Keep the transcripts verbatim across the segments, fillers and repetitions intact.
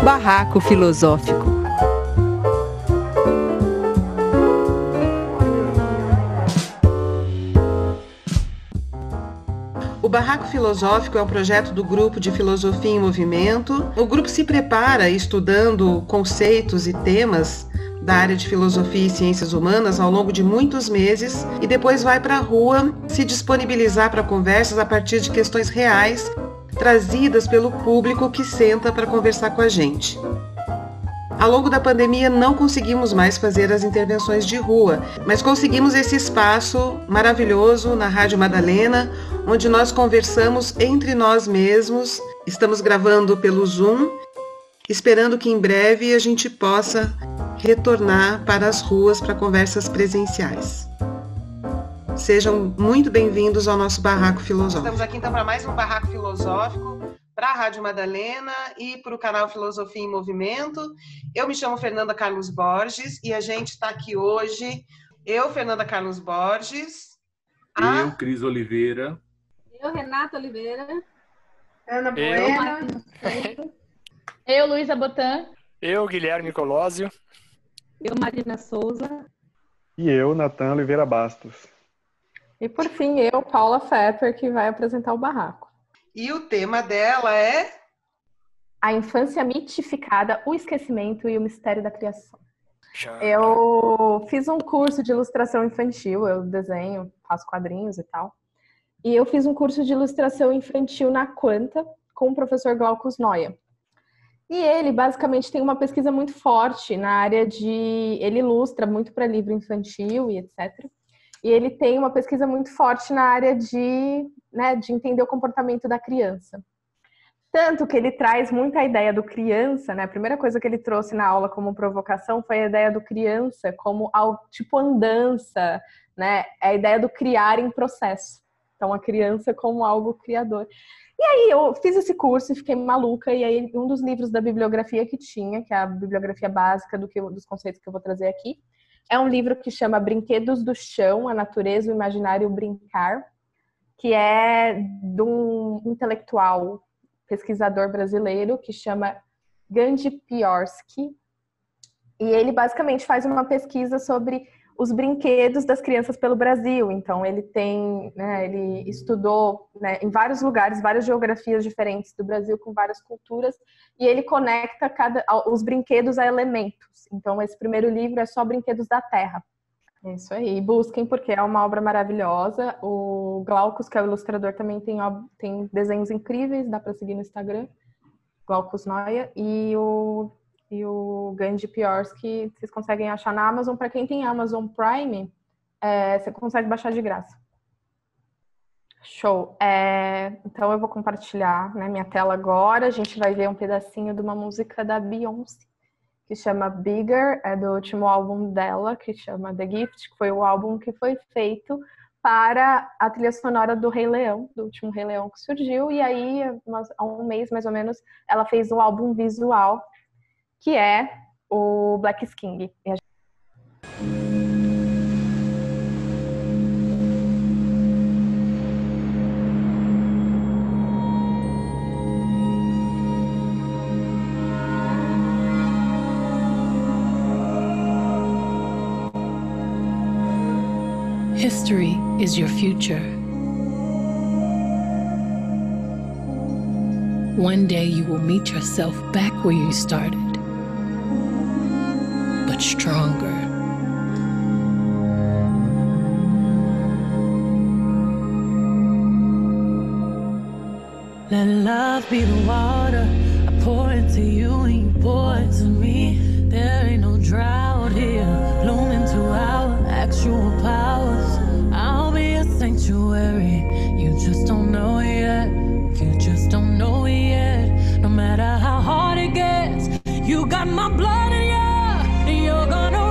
Barraco Filosófico. O Barraco Filosófico é um projeto do Grupo de Filosofia em Movimento. O grupo se prepara estudando conceitos e temas da área de filosofia e ciências humanas ao longo de muitos meses e depois vai para a rua se disponibilizar para conversas a partir de questões reais trazidas pelo público que senta para conversar com a gente. Ao longo da pandemia não conseguimos mais fazer as intervenções de rua, mas conseguimos esse espaço maravilhoso na Rádio Madalena, onde nós conversamos entre nós mesmos. Estamos gravando pelo Zoom, esperando que em breve a gente possa retornar para as ruas para conversas presenciais. Sejam muito bem-vindos ao nosso Barraco Filosófico. Estamos aqui então para mais um Barraco Filosófico, para a Rádio Madalena e para o canal Filosofia em Movimento. Eu me chamo Fernanda Carlos Borges e a gente está aqui hoje, eu, Fernanda Carlos Borges. A... Eu, Cris Oliveira. Eu, Renata Oliveira. Ana Bueno. Eu, eu Luísa Botan. Eu, Guilherme Colósio. Eu, Marina Souza. E eu, Natan Oliveira Bastos. E por fim, eu, Paula Fepper, que vai apresentar o Barraco. E o tema dela é... A infância mitificada, o esquecimento e o mistério da criação. Eu fiz um curso de ilustração infantil, eu desenho, faço quadrinhos e tal. E eu fiz um curso de ilustração infantil na Quanta com o professor Glaucus Noia. E ele, basicamente, tem uma pesquisa muito forte na área de... Ele ilustra muito para livro infantil e etcétera. E ele tem uma pesquisa muito forte na área de, né, de entender o comportamento da criança. Tanto que ele traz muita ideia do criança, né? A primeira coisa que ele trouxe na aula como provocação foi a ideia do criança como algo tipo andança, né? A ideia do criar em processo. Então, a criança como algo criador. E aí eu fiz esse curso e fiquei maluca, e aí um dos livros da bibliografia que tinha, que é a bibliografia básica do que, dos conceitos que eu vou trazer aqui, é um livro que chama Brinquedos do Chão, a Natureza, o Imaginário e o Brincar, que é de um intelectual pesquisador brasileiro que chama Gandhi Piorsky. E ele basicamente faz uma pesquisa sobre os brinquedos das crianças pelo Brasil. Então ele tem, né, ele estudou, né, em vários lugares, várias geografias diferentes do Brasil com várias culturas, e ele conecta cada, os brinquedos a elementos. Então esse primeiro livro é só Brinquedos da Terra. É isso aí, busquem porque é uma obra maravilhosa. O Glaucus, que é o ilustrador, também tem, tem desenhos incríveis, dá para seguir no Instagram, Glaucus Noia, e o E o Gandhi Piorsky, vocês conseguem achar na Amazon. Para quem tem Amazon Prime, é, você consegue baixar de graça. Show. É, então eu vou compartilhar, né, minha tela agora. A gente vai ver um pedacinho de uma música da Beyoncé, que chama Bigger, é do último álbum dela, que chama The Gift, que foi o álbum que foi feito para a trilha sonora do Rei Leão, do último Rei Leão que surgiu. E aí, há um mês mais ou menos, ela fez um álbum visual, que é o Black King. History is your future. One day you will meet yourself back where you started. Stronger. Let love be the water I pour into you and you pour into me. There ain't no drought here, blooming to our actual powers. I'll be a sanctuary, you just don't know it yet. You just don't know it yet. No matter how hard it gets, you got my blood in you. You're gonna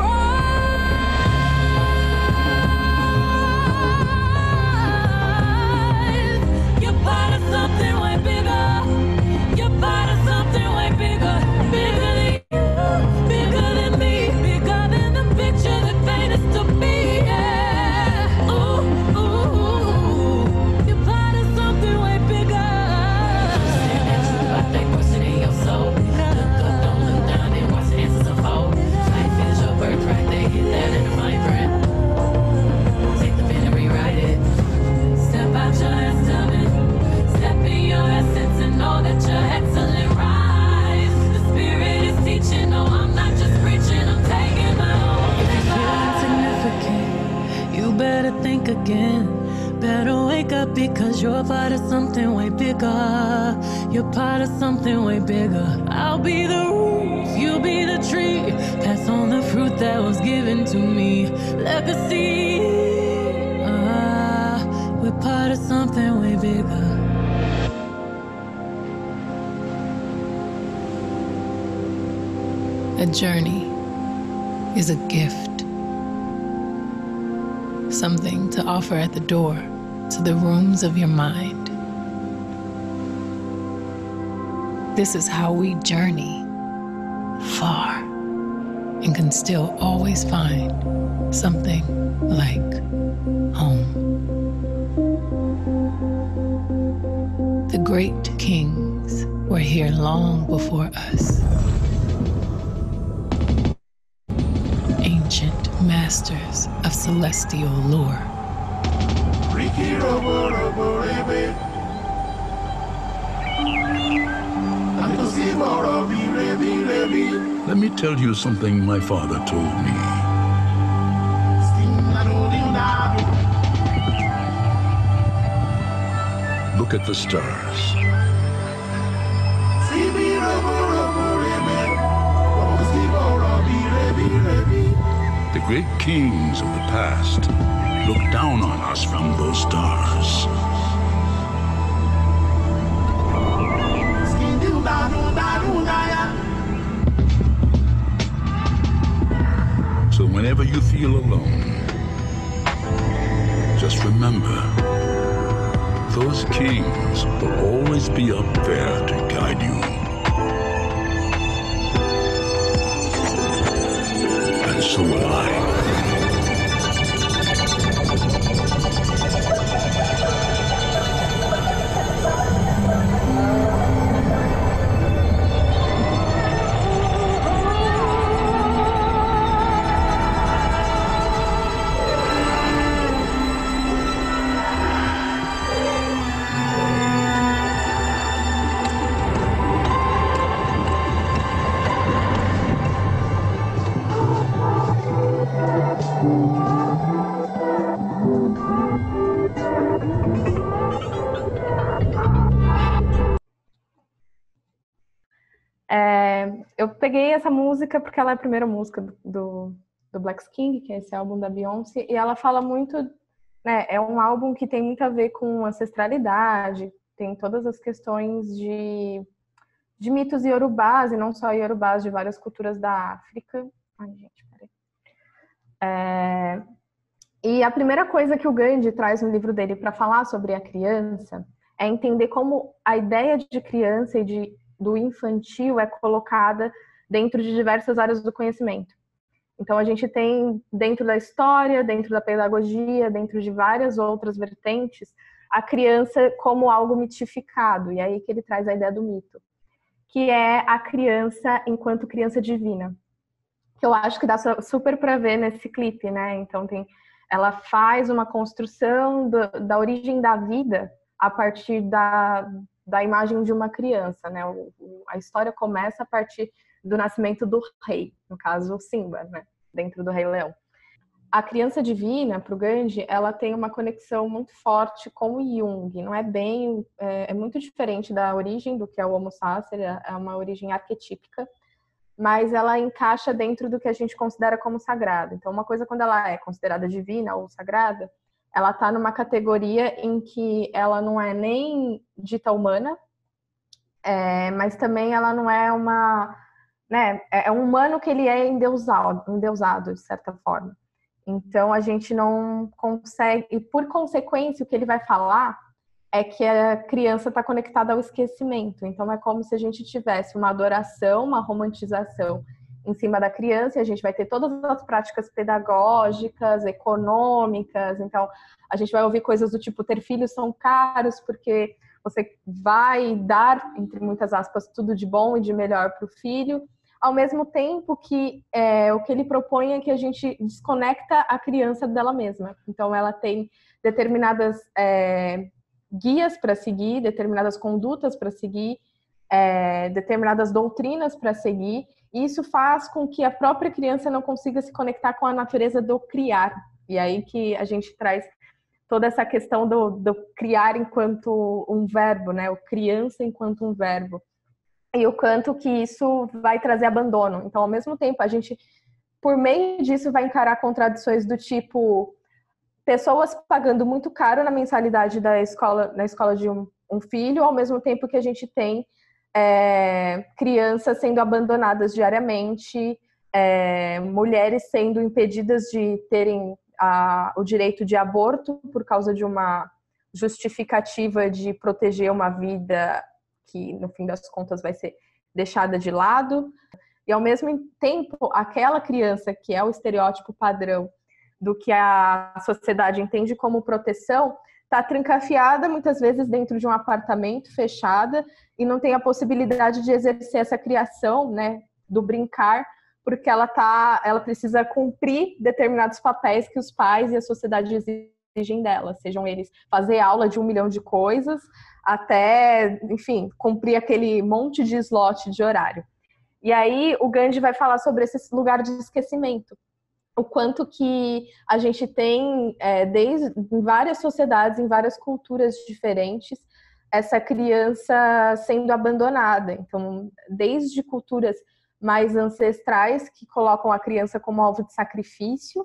rise. You're part of something way bigger. You're part of something way bigger. Bigger than you, bigger than me, bigger than the picture that painted us to be. Yeah. Ooh, ooh, ooh. You're part of something way bigger. Stand at you, I think, person in your soul. wake up because you're part of something way bigger. You're part of something way bigger. I'll be the roots, you'll be the tree. Pass on the fruit that was given to me. Legacy. Ah, we're part of something way bigger. A journey is a gift. Something to offer at the door to the rooms of your mind. This is how we journey far and can still always find something like home. The great kings were here long before us. Ancient masters of celestial lore. Let me tell you something my father told me. Look at the stars. The great kings of the past look down on us from those stars. So whenever you feel alone, just remember, those kings will always be up there to guide you. And so will I. É, eu peguei essa música porque ela é a primeira música do, do Black King, que é esse álbum da Beyoncé, e ela fala muito, né, é um álbum que tem muito a ver com ancestralidade, tem todas as questões de, de mitos iorubás, e não só iorubás, de várias culturas da África. Ai, gente, peraí. É, e a primeira coisa que o Gandhi traz no livro dele para falar sobre a criança é entender como a ideia de criança e de do infantil é colocada dentro de diversas áreas do conhecimento. Então, a gente tem dentro da história, dentro da pedagogia, dentro de várias outras vertentes, a criança como algo mitificado. E é aí que ele traz a ideia do mito, que é a criança enquanto criança divina. Que eu acho que dá super para ver nesse clipe, né? Então, tem, ela faz uma construção do, da origem da vida a partir da... da imagem de uma criança, né? O, o, a história começa a partir do nascimento do rei, no caso Simba, né? Dentro do Rei Leão. A criança divina, para o Gandhi, ela tem uma conexão muito forte com o Jung. Não é bem, é, é muito diferente da origem do que é o Homo sapiens, é uma origem arquetípica, mas ela encaixa dentro do que a gente considera como sagrado. Então, uma coisa quando ela é considerada divina ou sagrada, ela está numa categoria em que ela não é nem dita humana, é, mas também ela não é uma... Né, é um humano que ele é endeusado, endeusado, de certa forma. Então, a gente não consegue... E, por consequência, o que ele vai falar é que a criança está conectada ao esquecimento. Então, é como se a gente tivesse uma adoração, uma romantização em cima da criança, e a gente vai ter todas as práticas pedagógicas, econômicas. Então, a gente vai ouvir coisas do tipo, ter filhos são caros porque você vai dar, entre muitas aspas, tudo de bom e de melhor para o filho, ao mesmo tempo que é, o que ele propõe é que a gente desconecta a criança dela mesma. Então, ela tem determinadas é, guias para seguir, determinadas condutas para seguir, é, determinadas doutrinas para seguir, e isso faz com que a própria criança não consiga se conectar com a natureza do criar. E aí que a gente traz toda essa questão do, do criar enquanto um verbo, né? O criança enquanto um verbo. E o quanto que isso vai trazer abandono. Então, ao mesmo tempo, a gente, por meio disso, vai encarar contradições do tipo pessoas pagando muito caro na mensalidade da escola, na escola de um, um filho, ao mesmo tempo que a gente tem é, crianças sendo abandonadas diariamente, é, mulheres sendo impedidas de terem a, o direito de aborto por causa de uma justificativa de proteger uma vida que, no fim das contas, vai ser deixada de lado. E, ao mesmo tempo, aquela criança que é o estereótipo padrão do que a sociedade entende como proteção, está trancafiada, muitas vezes, dentro de um apartamento fechada e não tem a possibilidade de exercer essa criação, né, do brincar, porque ela, tá, ela precisa cumprir determinados papéis que os pais e a sociedade exigem dela, sejam eles fazer aula de um milhão de coisas, até, enfim, cumprir aquele monte de slot de horário. E aí o Gandhi vai falar sobre esse lugar de esquecimento, o quanto que a gente tem, é, desde em várias sociedades, em várias culturas diferentes, essa criança sendo abandonada. Então, desde culturas mais ancestrais, que colocam a criança como alvo de sacrifício,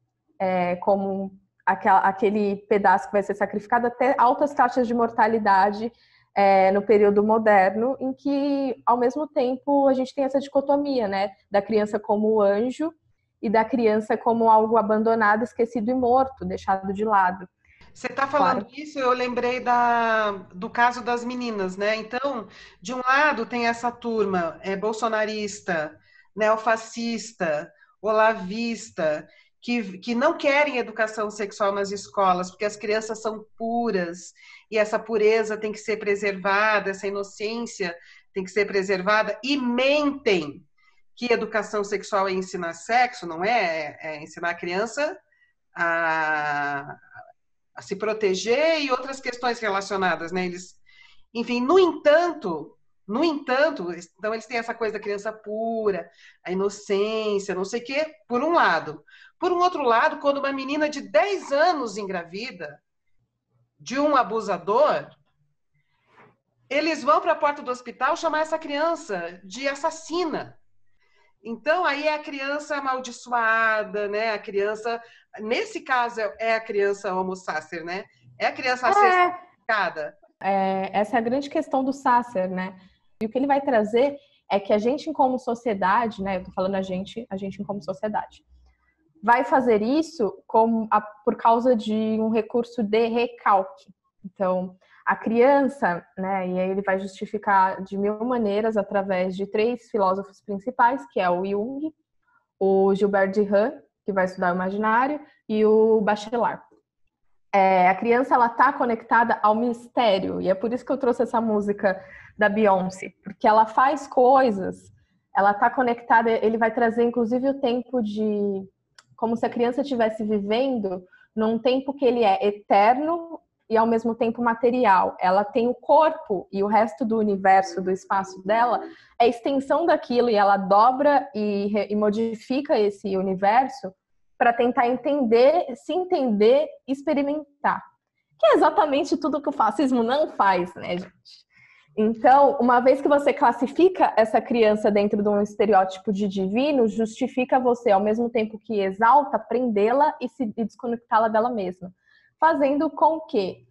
é, como aquela, aquele pedaço que vai ser sacrificado, até altas taxas de mortalidade é, no período moderno, em que, ao mesmo tempo, a gente tem essa dicotomia, né, da criança como anjo e da criança como algo abandonado, esquecido e morto, deixado de lado. Você está falando Claro. isso, eu lembrei da, do caso das meninas, né? Então, de um lado tem essa turma é, bolsonarista, neofascista, olavista, que, que não querem educação sexual nas escolas, porque as crianças são puras, e essa pureza tem que ser preservada, essa inocência tem que ser preservada, e mentem que educação sexual é ensinar sexo, não é? É ensinar a criança a, a se proteger e outras questões relacionadas, né? Eles, enfim, no entanto, no entanto, então eles têm essa coisa da criança pura, a inocência, não sei o quê, por um lado. Por um outro lado, quando uma menina de dez anos engravida de um abusador, eles vão para a porta do hospital chamar essa criança de assassina. Então, aí é a criança amaldiçoada, né? A criança, nesse caso, é a criança homo sacer, né? É a criança assassinatada. É, essa é a grande questão do Sacer, né? E o que ele vai trazer é que a gente, como sociedade, né? Eu tô falando a gente, a gente como sociedade, vai fazer isso como a, por causa de um recurso de recalque. Então, a criança, né, e aí ele vai justificar de mil maneiras através de três filósofos principais, que é o Jung, o Gilbert Durkheim, que vai estudar o imaginário, e o Bachelard. É, a criança, ela está conectada ao mistério, e é por isso que eu trouxe essa música da Beyoncé, porque ela faz coisas, ela está conectada, ele vai trazer inclusive o tempo de, como se a criança estivesse vivendo num tempo que ele é eterno e ao mesmo tempo material. Ela tem o corpo e o resto do universo, do espaço dela, é extensão daquilo, e ela dobra e, e modifica esse universo para tentar entender, se entender, experimentar. Que é exatamente tudo que o fascismo não faz, né, gente? Então, uma vez que você classifica essa criança dentro de um estereótipo de divino, justifica você, ao mesmo tempo que exalta, prendê-la e, se, e desconectá-la dela mesma. Fazendo com que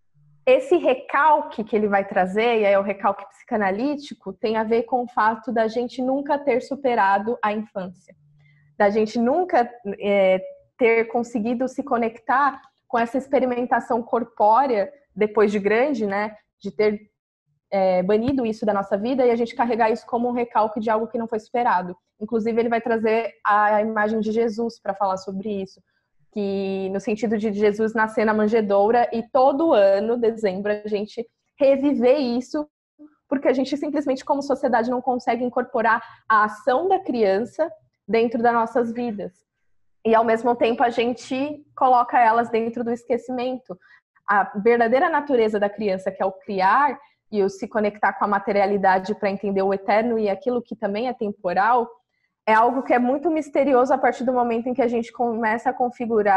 esse recalque que ele vai trazer, e aí é o recalque psicanalítico, tem a ver com o fato da gente nunca ter superado a infância. Da gente nunca é, ter conseguido se conectar com essa experimentação corpórea, depois de grande, né? De ter é, banido isso da nossa vida e a gente carregar isso como um recalque de algo que não foi superado. Inclusive, ele vai trazer a imagem de Jesus para falar sobre isso. Que no sentido de Jesus nascer na manjedoura e todo ano, dezembro, a gente reviver isso, porque a gente simplesmente, como sociedade, não consegue incorporar a ação da criança dentro das nossas vidas. E, ao mesmo tempo, a gente coloca elas dentro do esquecimento. A verdadeira natureza da criança, que é o criar e o se conectar com a materialidade para entender o eterno e aquilo que também é temporal, é algo que é muito misterioso a partir do momento em que a gente começa a configurar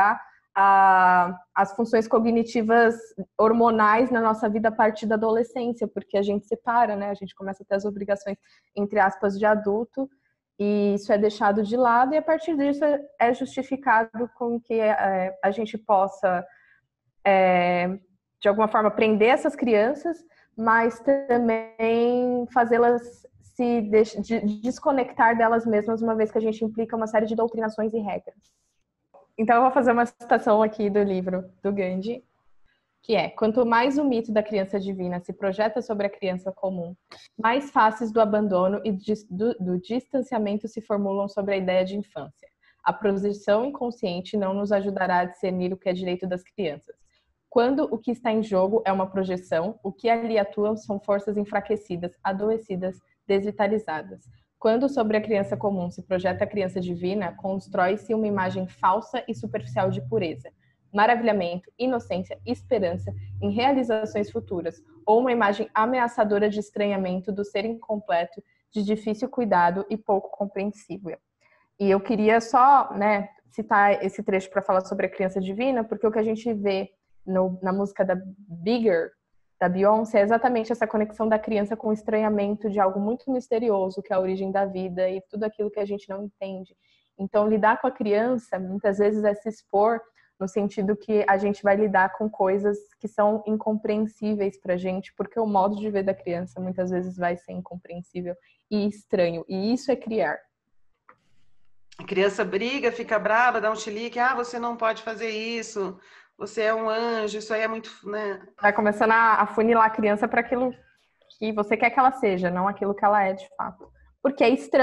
a, as funções cognitivas hormonais na nossa vida a partir da adolescência, porque a gente separa, né? A gente começa a ter as obrigações, entre aspas, de adulto, e isso é deixado de lado, e a partir disso é justificado com que é, a gente possa, é, de alguma forma, prender essas crianças, mas também fazê-las se de, de, desconectar delas mesmas, uma vez que a gente implica uma série de doutrinações e regras. Então, eu vou fazer uma citação aqui do livro do Gandhi, que é: quanto mais o mito da criança divina se projeta sobre a criança comum, mais faces do abandono e do, do distanciamento se formulam sobre a ideia de infância. A projeção inconsciente não nos ajudará a discernir o que é direito das crianças. Quando o que está em jogo é uma projeção, o que ali atuam são forças enfraquecidas, adoecidas, desvitalizadas. Quando sobre a criança comum se projeta a criança divina, constrói-se uma imagem falsa e superficial de pureza, maravilhamento, inocência, esperança em realizações futuras, ou uma imagem ameaçadora de estranhamento do ser incompleto, de difícil cuidado e pouco compreensível. E eu queria só, né, citar esse trecho para falar sobre a criança divina, porque o que a gente vê no, na música da Bigger, da Beyoncé, é exatamente essa conexão da criança com o estranhamento de algo muito misterioso, que é a origem da vida e tudo aquilo que a gente não entende. Então, lidar com a criança, muitas vezes, é se expor no sentido que a gente vai lidar com coisas que são incompreensíveis pra gente, porque o modo de ver da criança, muitas vezes, vai ser incompreensível e estranho. E isso é criar. A criança briga, fica brava, dá um chilique, ah, você não pode fazer isso, você é um anjo, isso aí é muito, né? Vai começando a afunilar a criança para aquilo que você quer que ela seja, não aquilo que ela é de fato. Porque é estranho.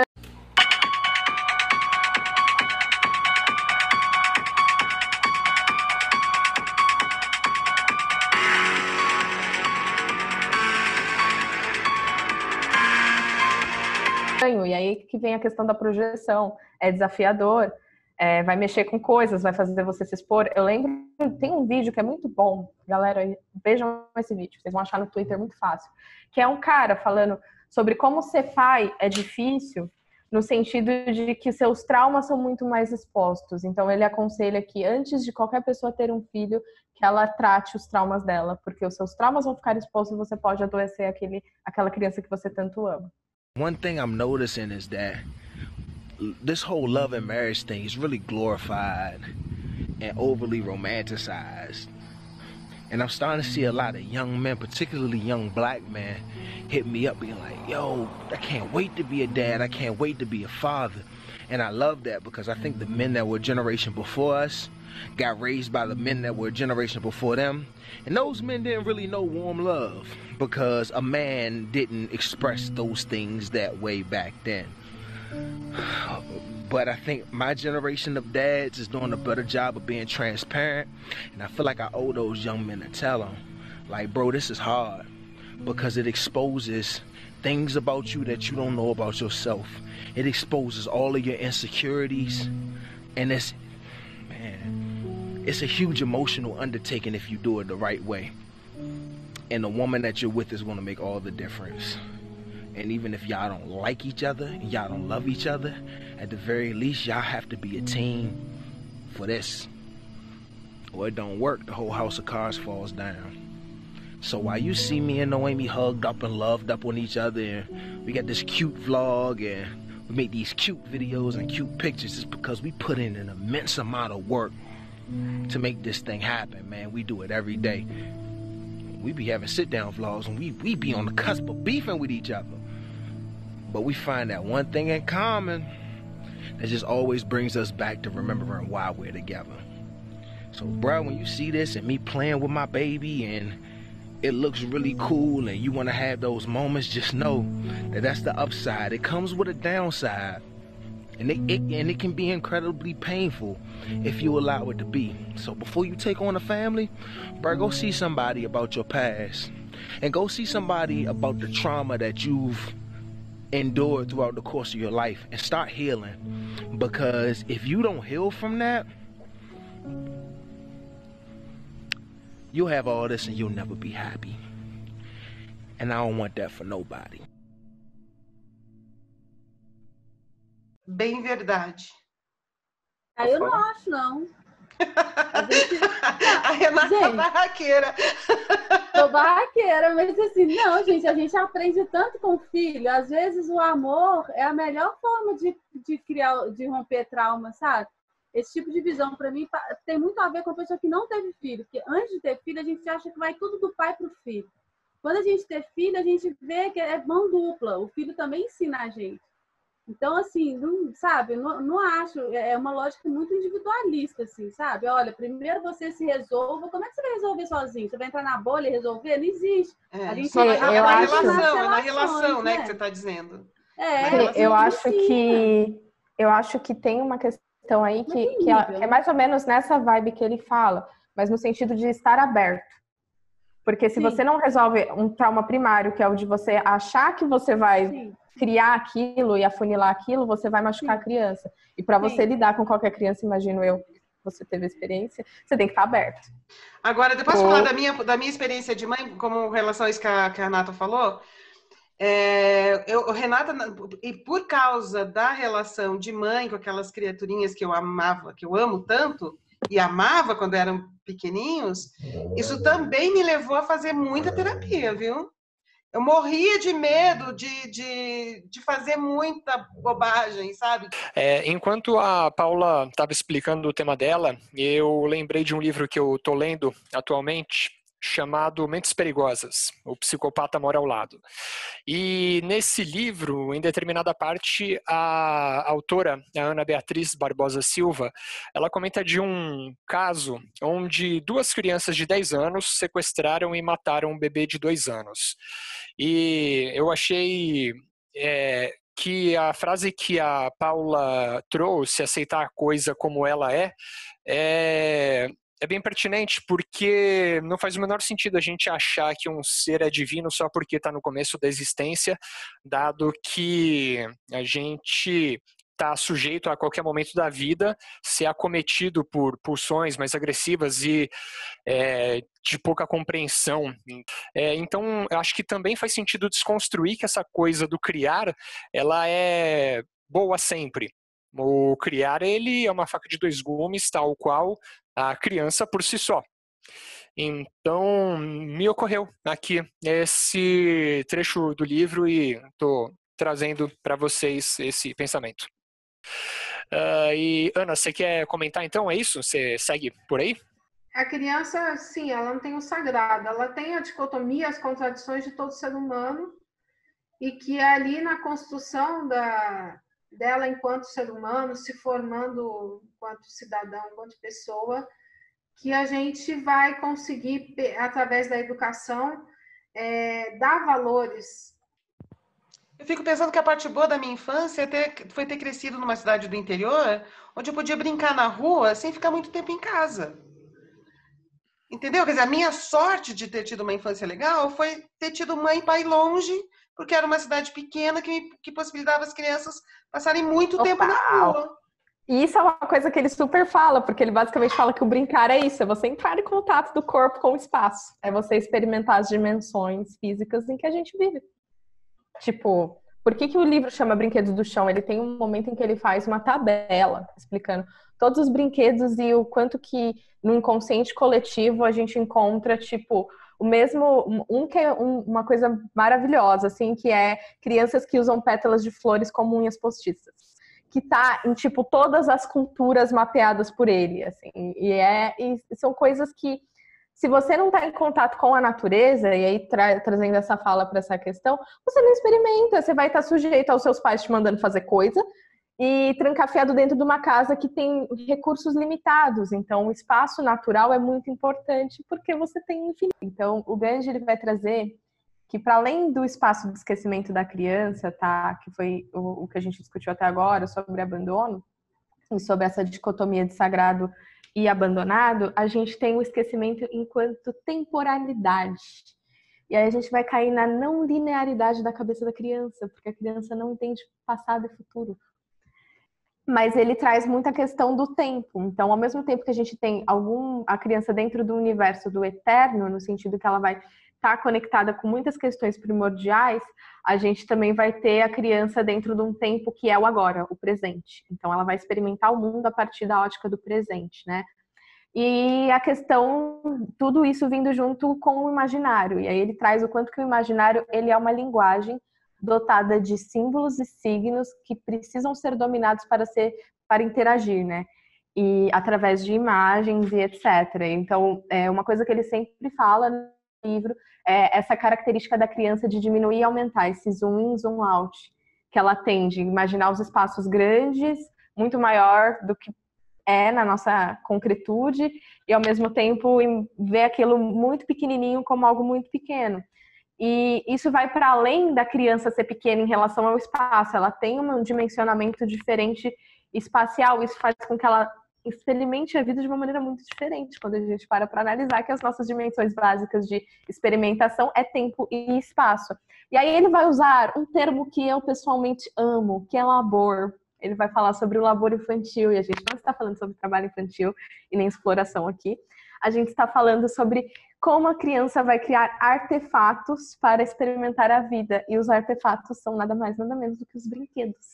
E aí que vem a questão da projeção. É desafiador. É, vai mexer com coisas, vai fazer você se expor. Eu lembro, tem um vídeo que é muito bom, galera, vejam esse vídeo, vocês vão achar no Twitter muito fácil, que é um cara falando sobre como ser pai é difícil, no sentido de que seus traumas são muito mais expostos. Então ele aconselha que antes de qualquer pessoa ter um filho, que ela trate os traumas dela, porque os seus traumas vão ficar expostos e você pode adoecer aquele, aquela criança que você tanto ama. One thing I'm noticing is that this whole love and marriage thing is really glorified and overly romanticized. And I'm starting to see a lot of young men, particularly young black men, hit me up being like, yo, I can't wait to be a dad. I can't wait to be a father. And I love that because I think the men that were a generation before us got raised by the men that were a generation before them. And those men didn't really know warm love because a man didn't express those things that way back then. But I think my generation of dads is doing a better job of being transparent, and I feel like I owe those young men to tell them, like, bro, this is hard, because it exposes things about you that you don't know about yourself. It exposes all of your insecurities, and it's, man, it's a huge emotional undertaking if you do it the right way. And the woman that you're with is going to make all the difference. And even if y'all don't like each other and y'all don't love each other, at the very least, y'all have to be a team for this. Or it don't work, the whole house of cards falls down. So while you see me and Noemi hugged up and loved up on each other, and we got this cute vlog and we make these cute videos and cute pictures, it's because we put in an immense amount of work to make this thing happen, man. We do it every day. We be having sit-down vlogs and we, we be on the cusp of beefing with each other. But we find that one thing in common that just always brings us back to remembering why we're together. So, bro, when you see this and me playing with my baby and it looks really cool and you want to have those moments, just know that that's the upside. It comes with a downside. And it, it, and it can be incredibly painful if you allow it to be. So before you take on a family, bro, go see somebody about your past. And go see somebody about the trauma that you've endured throughout the course of your life. And start healing. Because if you don't heal from that, you'll have all this and you'll never be happy. And I don't want that for nobody. Bem verdade. Ah, eu não acho, não. A, gente... a Renata é barraqueira. Tô barraqueira, mas assim, não, gente, a gente aprende tanto com o filho. Às vezes o amor é a melhor forma de, de criar, de romper trauma, sabe? Esse tipo de visão, para mim, tem muito a ver com a pessoa que não teve filho. Porque antes de ter filho, a gente acha que vai tudo do pai pro filho. Quando a gente ter filho, a gente vê que é mão dupla. O filho também ensina a gente. Então, assim, não, sabe, não, não acho, é uma lógica muito individualista, assim, sabe? Olha, primeiro você se resolva, como é que você vai resolver sozinho? Você vai entrar na bolha e resolver? Não existe. É, a gente só vai, na, eu na acho... relação, é na relação, né, que você está dizendo. É, eu acho que eu acho que tem uma questão aí que, que, é, que é mais ou menos nessa vibe que ele fala, mas no sentido de estar aberto. Porque se Sim. você não resolve um trauma primário, que é o de você achar que você vai... Sim. criar aquilo e afunilar aquilo, você vai machucar Sim. a criança. E para você lidar com qualquer criança, imagino eu, você teve experiência, você tem que estar aberto. Agora, depois de falar da minha, da minha experiência de mãe, como relação a isso que a, que a Renata falou, é, eu, Renata, e por causa da relação de mãe com aquelas criaturinhas que eu amava, que eu amo tanto, e amava quando eram pequeninhos, isso também me levou a fazer muita terapia, viu? Eu morria de medo de, de, de fazer muita bobagem, sabe? É, enquanto a Paula estava explicando o tema dela, eu lembrei de um livro que eu estou lendo atualmente, chamado Mentes Perigosas, O Psicopata Mora ao Lado. E nesse livro, em determinada parte, a autora, a Ana Beatriz Barbosa Silva, ela comenta de um caso onde duas crianças de dez anos sequestraram e mataram um bebê de dois anos. E eu achei... É, que a frase que a Paula trouxe, aceitar a coisa como ela é, é, é bem pertinente, porque não faz o menor sentido a gente achar que um ser é divino só porque está no começo da existência, dado que a gente está sujeito a qualquer momento da vida ser acometido por pulsões mais agressivas e é, de pouca compreensão. É, então, eu acho que também faz sentido desconstruir que essa coisa do criar, ela é boa sempre. O criar, ele é uma faca de dois gumes, tal qual a criança por si só. Então, me ocorreu aqui esse trecho do livro e estou trazendo para vocês esse pensamento. Uh, e Ana, você quer comentar então? É isso? Você segue por aí? A criança, sim, ela não tem o sagrado, ela tem a dicotomia, as contradições de todo ser humano, e que é ali na construção da, dela enquanto ser humano, se formando enquanto cidadão, enquanto pessoa, que a gente vai conseguir, através da educação, é, dar valores. Eu fico pensando que a parte boa da minha infância é ter, foi ter crescido numa cidade do interior, onde eu podia brincar na rua sem ficar muito tempo em casa. Entendeu? Quer dizer, a minha sorte de ter tido uma infância legal foi ter tido mãe e pai longe, porque era uma cidade pequena que, que possibilitava as crianças passarem muito Total. tempo na rua. E isso é uma coisa que ele super fala, porque ele basicamente fala que o brincar é isso, é você entrar em contato do corpo com o espaço. É você experimentar as dimensões físicas em que a gente vive. Tipo, por que que o livro chama Brinquedos do Chão? Ele tem um momento em que ele faz uma tabela explicando todos os brinquedos e o quanto que no inconsciente coletivo a gente encontra, tipo, o mesmo, um que é um, uma coisa maravilhosa, assim, que é crianças que usam pétalas de flores como unhas postiças, que tá em, tipo, todas as culturas mapeadas por ele, assim, e, é, e são coisas que, se você não tá em contato com a natureza, e aí tra trazendo essa fala para essa questão, você não experimenta, você vai estar sujeito aos seus pais te mandando fazer coisa, e trancafiado dentro de uma casa que tem recursos limitados. Então, o espaço natural é muito importante porque você tem infinito. Então, o Gandhi ele vai trazer que, para além do espaço de esquecimento da criança, tá, que foi o, o que a gente discutiu até agora sobre abandono, e sobre essa dicotomia de sagrado e abandonado, a gente tem o esquecimento enquanto temporalidade. E aí a gente vai cair na não linearidade da cabeça da criança, porque a criança não entende passado e futuro. Mas ele traz muita questão do tempo. Então, ao mesmo tempo que a gente tem algum, a criança dentro do universo do eterno, no sentido que ela vai estar conectada com muitas questões primordiais, a gente também vai ter a criança dentro de um tempo que é o agora, o presente. Então, ela vai experimentar o mundo a partir da ótica do presente, né? E a questão, tudo isso vindo junto com o imaginário. E aí ele traz o quanto que o imaginário ele é uma linguagem dotada de símbolos e signos que precisam ser dominados para ser, para interagir, né? E através de imagens e etcétera. Então, é uma coisa que ele sempre fala no livro é essa característica da criança de diminuir e aumentar, esse zoom in, zoom out, que ela tem de imaginar os espaços grandes, muito maior do que é na nossa concretude, e ao mesmo tempo ver aquilo muito pequenininho como algo muito pequeno. E isso vai para além da criança ser pequena em relação ao espaço, ela tem um dimensionamento diferente espacial, isso faz com que ela experimente a vida de uma maneira muito diferente, quando a gente para para analisar que as nossas dimensões básicas de experimentação é tempo e espaço. E aí ele vai usar um termo que eu pessoalmente amo, que é labor. Ele vai falar sobre o labor infantil, e a gente não está falando sobre trabalho infantil e nem exploração aqui. A gente está falando sobre como a criança vai criar artefatos para experimentar a vida. E os artefatos são nada mais, nada menos do que os brinquedos.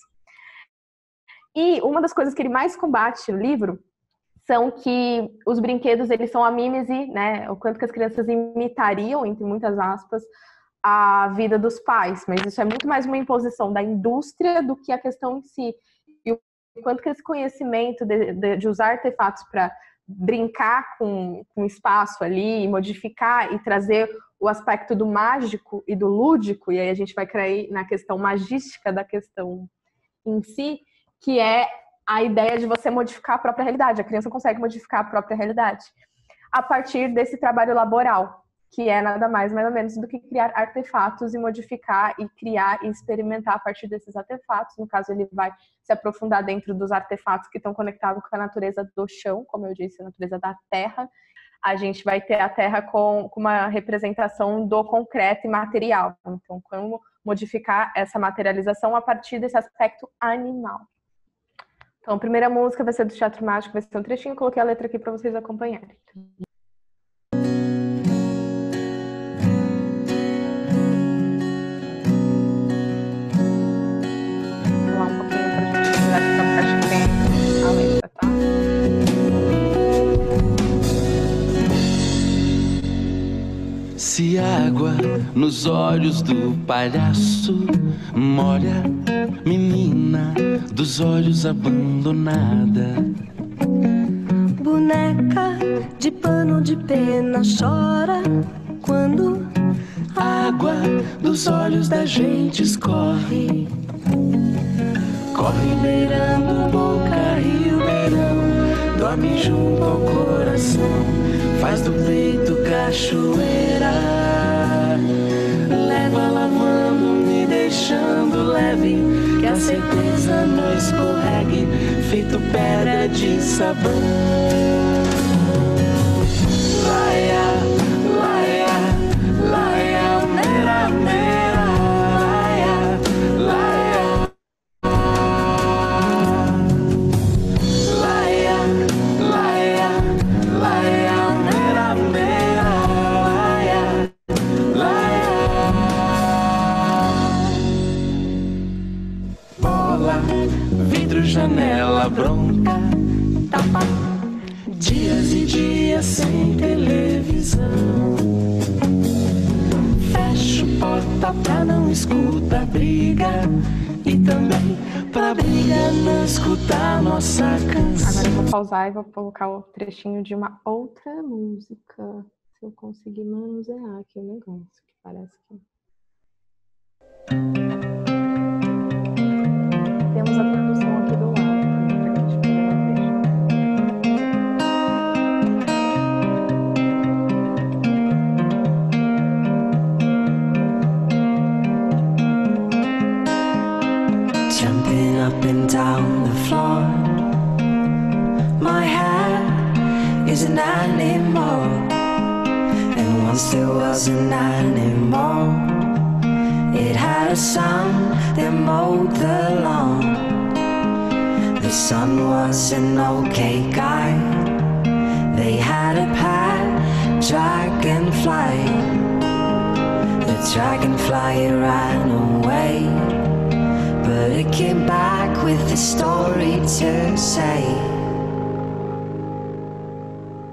E uma das coisas que ele mais combate no livro são que os brinquedos, eles são a mímese, né? O quanto que as crianças imitariam, entre muitas aspas, a vida dos pais. Mas isso é muito mais uma imposição da indústria do que a questão em si. E o quanto que esse conhecimento de, de, de usar artefatos para brincar com, com o espaço ali, modificar e trazer o aspecto do mágico e do lúdico, e aí a gente vai cair na questão magística da questão em si, que é a ideia de você modificar a própria realidade. A criança consegue modificar a própria realidade a partir desse trabalho laboral, que é nada mais, nada menos do que criar artefatos e modificar e criar e experimentar a partir desses artefatos. No caso, ele vai se aprofundar dentro dos artefatos que estão conectados com a natureza do chão, como eu disse, a natureza da terra. A gente vai ter a terra com, com uma representação do concreto e material. Então, como modificar essa materialização a partir desse aspecto animal. Então, a primeira música vai ser do Teatro Mágico, vai ser um trechinho, coloquei a letra aqui para vocês acompanharem. Vou lá um pouquinho para a gente mudar essa parte que tem a letra, tá? Se água nos olhos do palhaço molha menina dos olhos abandonada. Boneca de pano de pena chora quando a água dos olhos da gente escorre. Corre beirando boca, rio, beirão, dorme junto ao coração, faz do peito cachoeira, leva lavando, me deixando leve, que a certeza não escorregue, feito pedra de sabão. Laia, laia, laia, mera, mera, laia, laia, laia, laia, laia, mera, mera, laia, laia. Bola, vidro, janela, bronca, tapa, dias e dias sem televisão. Fecho porta pra não escutar briga, e também pra briga não escutar nossa canção. Agora eu vou pausar e vou colocar o trechinho de uma outra música. Se eu conseguir manusear aqui o negócio, que parece que... Temos a produção aqui do lado, pra gente poder ver. jumping up and down the floor. My hair is an animal, and once there was an animal. It had a son that mowed the lawn. The son was an okay guy. They had a pet dragonfly. The dragonfly ran away, but it came back with a story to say.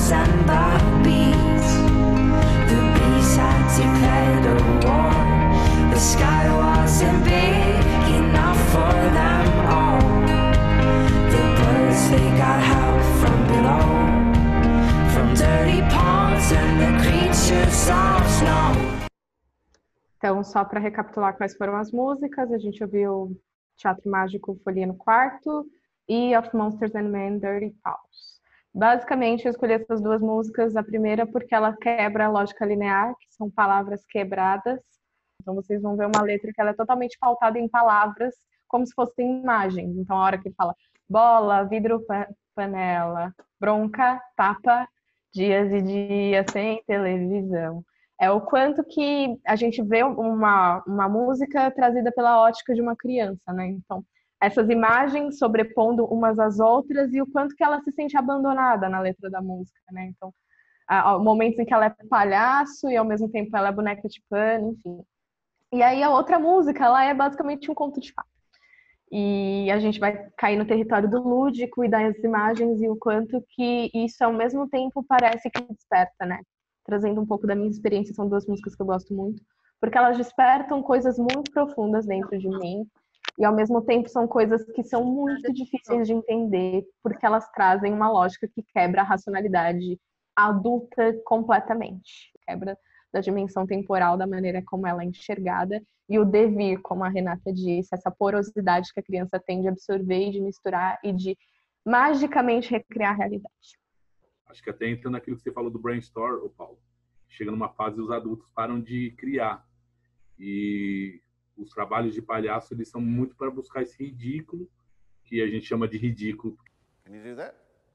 birds and the bees. The bees had declared a war. The sky wasn't big enough for them all. The birds, they got help from below, from dirty ponds and the creatures of snow. Então, só para recapitular quais foram as músicas, a gente ouviu Teatro Mágico, Folia no Quarto e Of Monsters and Men, Dirty Paws. Basicamente, eu escolhi essas duas músicas, a primeira porque ela quebra a lógica linear, que são palavras quebradas. Então, vocês vão ver uma letra que ela é totalmente pautada em palavras, como se fossem imagens. Então, a hora que ele fala bola, vidro, panela, bronca, tapa, dias e dias sem televisão. É o quanto que a gente vê uma, uma música trazida pela ótica de uma criança, né? Então, essas imagens sobrepondo umas às outras e o quanto que ela se sente abandonada na letra da música, né? Então, há momentos em que ela é palhaço e ao mesmo tempo ela é boneca de pano, enfim. E aí a outra música, ela é basicamente um conto de fadas. E a gente vai cair no território do lúdico e das imagens e o quanto que isso ao mesmo tempo parece que desperta, né? Trazendo um pouco da minha experiência, são duas músicas que eu gosto muito, porque elas despertam coisas muito profundas dentro de mim e ao mesmo tempo são coisas que são muito difíceis de entender, porque elas trazem uma lógica que quebra a racionalidade adulta completamente, quebra da dimensão temporal, da maneira como ela é enxergada, e o devir, como a Renata disse, essa porosidade que a criança tem de absorver e de misturar e de magicamente recriar a realidade. Acho que até entra naquilo que você falou do brainstorm, ô Paulo. Chega numa fase os adultos param de criar. E os trabalhos de palhaço, eles são muito para buscar esse ridículo, que a gente chama de ridículo. Can you do that?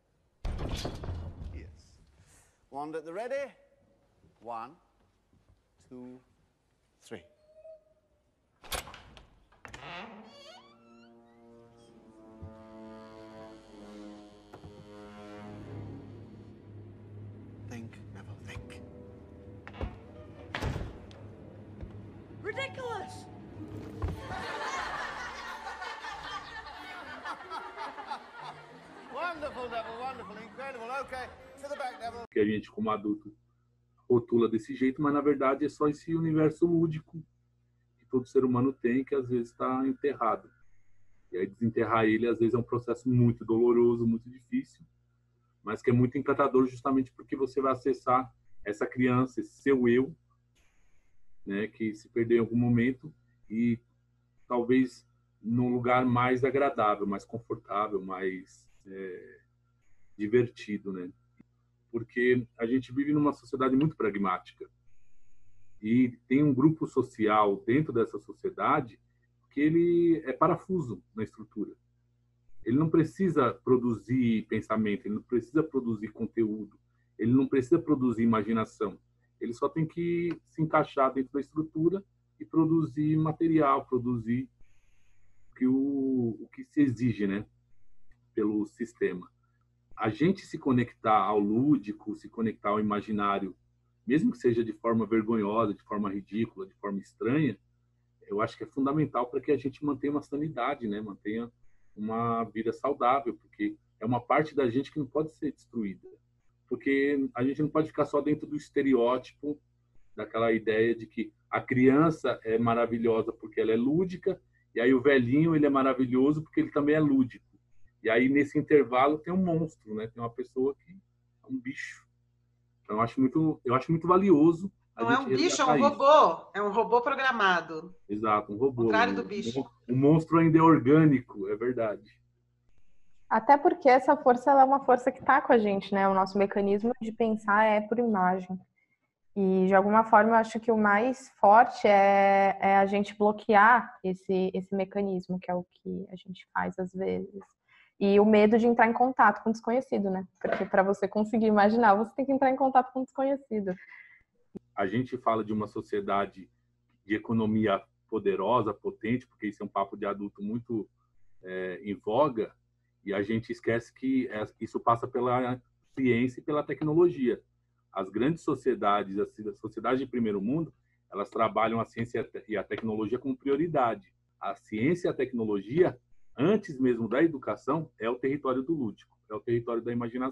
Yes. One at the ready. One, two, three. Think, Neville, think. Ridiculous! Wonderful, Neville, wonderful, incredible. Okay, to the back, Neville. Que a gente, como adulto, rotula desse jeito, mas na verdade é só esse universo lúdico que todo ser humano tem, que às vezes está enterrado. E aí desenterrar ele, às vezes, é um processo muito doloroso, muito difícil, mas que é muito encantador justamente porque você vai acessar essa criança, esse seu eu, né, que se perdeu em algum momento e talvez num lugar mais agradável, mais confortável, mais é, divertido, né? Porque a gente vive numa sociedade muito pragmática e tem um grupo social dentro dessa sociedade que ele é parafuso na estrutura. Ele não precisa produzir pensamento, ele não precisa produzir conteúdo, ele não precisa produzir imaginação. Ele só tem que se encaixar dentro da estrutura e produzir material, produzir que o, o que se exige, né, pelo sistema. A gente se conectar ao lúdico, se conectar ao imaginário, mesmo que seja de forma vergonhosa, de forma ridícula, de forma estranha, eu acho que é fundamental para que a gente mantenha uma sanidade, né, mantenha uma vida saudável, porque é uma parte da gente que não pode ser destruída. Porque a gente não pode ficar só dentro do estereótipo, daquela ideia de que a criança é maravilhosa porque ela é lúdica, e aí o velhinho ele é maravilhoso porque ele também é lúdico. E aí, nesse intervalo, tem um monstro, né? Tem uma pessoa que é um bicho. Então, eu acho muito, eu acho muito valioso. Não é um bicho, é um robô. Isso. É um robô programado. Exato, um robô. Ao contrário do bicho. O monstro ainda é orgânico, é verdade. Até porque essa força ela é uma força que está com a gente, né? O nosso mecanismo de pensar é por imagem. E, de alguma forma, eu acho que o mais forte é, é a gente bloquear esse, esse mecanismo, que é o que a gente faz às vezes. E o medo de entrar em contato com o desconhecido, né? Porque para você conseguir imaginar, você tem que entrar em contato com o desconhecido. A gente fala de uma sociedade de economia poderosa, potente, porque isso é um papo de adulto muito é, em voga, e a gente esquece que isso passa pela ciência e pela tecnologia. As grandes sociedades, as sociedades de primeiro mundo, elas trabalham a ciência e a tecnologia como prioridade. A ciência e a tecnologia, antes mesmo da educação, é o território do lúdico, é o território da imaginação.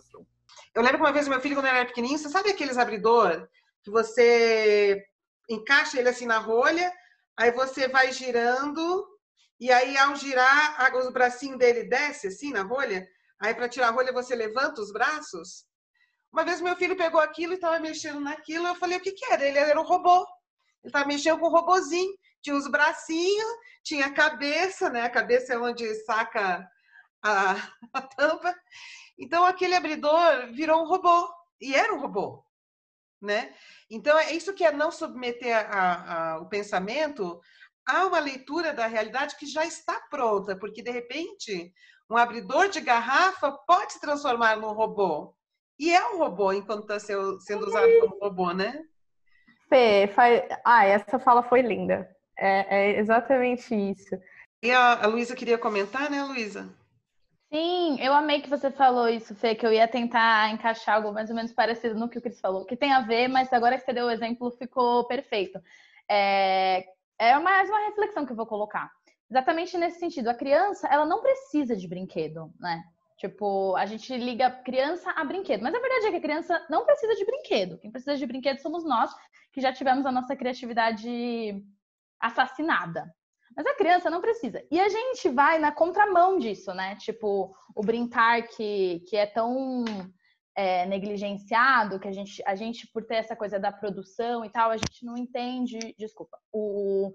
Eu lembro que uma vez o meu filho, quando ele era pequenininho, você sabe aqueles abridor que você encaixa ele assim na rolha, aí você vai girando, e aí ao girar, o bracinho dele desce assim na rolha, aí para tirar a rolha você levanta os braços? Uma vez meu filho pegou aquilo e estava mexendo naquilo, eu falei, o que que era? Ele era um robô. Ele estava mexendo com um robozinho, tinha os bracinhos, tinha a cabeça, né? A cabeça é onde saca a, a tampa. Então aquele abridor virou um robô, e era um robô, né? Então é isso que é não submeter a, a, o pensamento a uma leitura da realidade que já está pronta, porque de repente um abridor de garrafa pode se transformar num robô. E é um robô enquanto está sendo usado como robô, né? Fê, faz... ah, essa fala foi linda. É, é exatamente isso. E a, a Luísa queria comentar, né, Luísa? Sim, eu amei que você falou isso, Fê, que eu ia tentar encaixar algo mais ou menos parecido no que o Cris falou, que tem a ver, mas agora que você deu o exemplo, ficou perfeito. É, é mais uma reflexão que eu vou colocar. Exatamente nesse sentido. A criança, ela não precisa de brinquedo, né? Tipo, a gente liga a criança a brinquedo. Mas a verdade é que a criança não precisa de brinquedo. Quem precisa de brinquedo somos nós, que já tivemos a nossa criatividade assassinada. Mas a criança não precisa. E a gente vai na contramão disso, né? Tipo, o brincar que, que é tão é, negligenciado, que a gente, a gente, por ter essa coisa da produção e tal, a gente não entende, desculpa, o...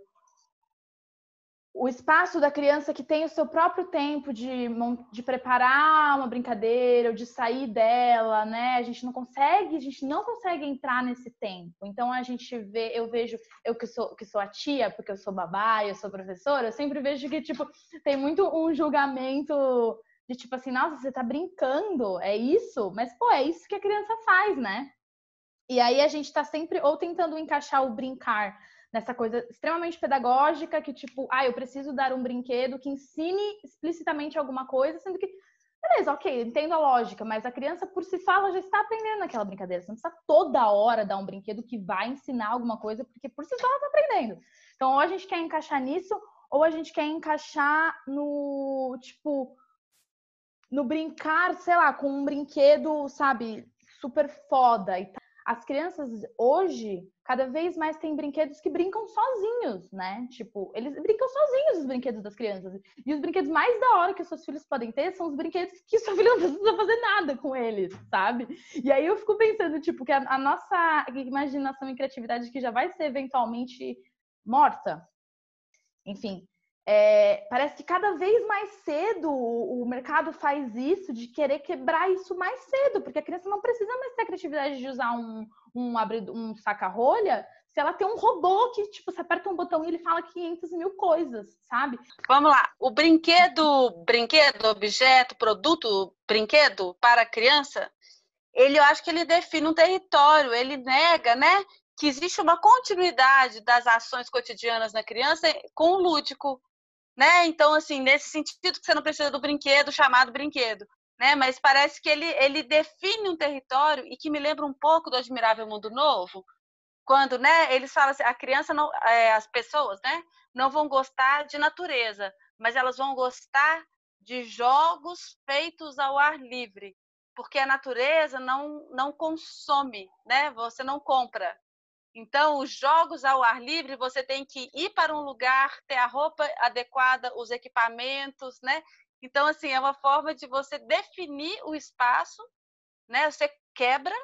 o espaço da criança que tem o seu próprio tempo de, de preparar uma brincadeira, ou de sair dela, né? A gente não consegue, a gente não consegue entrar nesse tempo. Então a gente vê, eu vejo, eu que sou, que sou a tia, porque eu sou babá, eu sou professora, eu sempre vejo que, tipo, tem muito um julgamento de tipo assim, nossa, você tá brincando, é isso? Mas, pô, é isso que a criança faz, né? E aí a gente tá sempre ou tentando encaixar o brincar nessa coisa extremamente pedagógica, que tipo, ah, eu preciso dar um brinquedo que ensine explicitamente alguma coisa, sendo que, beleza, ok, entendo a lógica, mas a criança por si só ela já está aprendendo naquela brincadeira. Você não precisa toda hora dar um brinquedo que vai ensinar alguma coisa, porque por si só ela está aprendendo. Então, ou a gente quer encaixar nisso, ou a gente quer encaixar no, tipo, no brincar, sei lá, com um brinquedo, sabe, super foda e tal. As crianças hoje, cada vez mais têm brinquedos que brincam sozinhos, né? Tipo, eles brincam sozinhos os brinquedos das crianças. E os brinquedos mais da hora que os seus filhos podem ter são os brinquedos que sua filha não precisa fazer nada com eles, sabe? E aí eu fico pensando, tipo, que a, a nossa imaginação e criatividade que já vai ser eventualmente morta. Enfim, é, parece que cada vez mais cedo o, o mercado faz isso, de querer quebrar isso mais cedo, porque a criança não precisa mais ter a criatividade de usar um, um, um saca-rolha se ela tem um robô que, tipo, você aperta um botão e ele fala quinhentas mil coisas, sabe? Vamos lá. O brinquedo, brinquedo, objeto, produto, brinquedo para a criança, ele, eu acho que ele define um território, ele nega, né, que existe uma continuidade das ações cotidianas na criança com o lúdico. Né? Então, assim, nesse sentido que você não precisa do brinquedo chamado brinquedo, né? Mas parece que ele, ele define um território e que me lembra um pouco do Admirável Mundo Novo, quando, né, eles falam assim, a criança, não, é, as pessoas, né, não vão gostar de natureza, mas elas vão gostar de jogos feitos ao ar livre, porque a natureza não, não consome, né? Você não compra. Então, os jogos ao ar livre, você tem que ir para um lugar, ter a roupa adequada, os equipamentos, né? Então, assim, é uma forma de você definir o espaço, né? Você quebra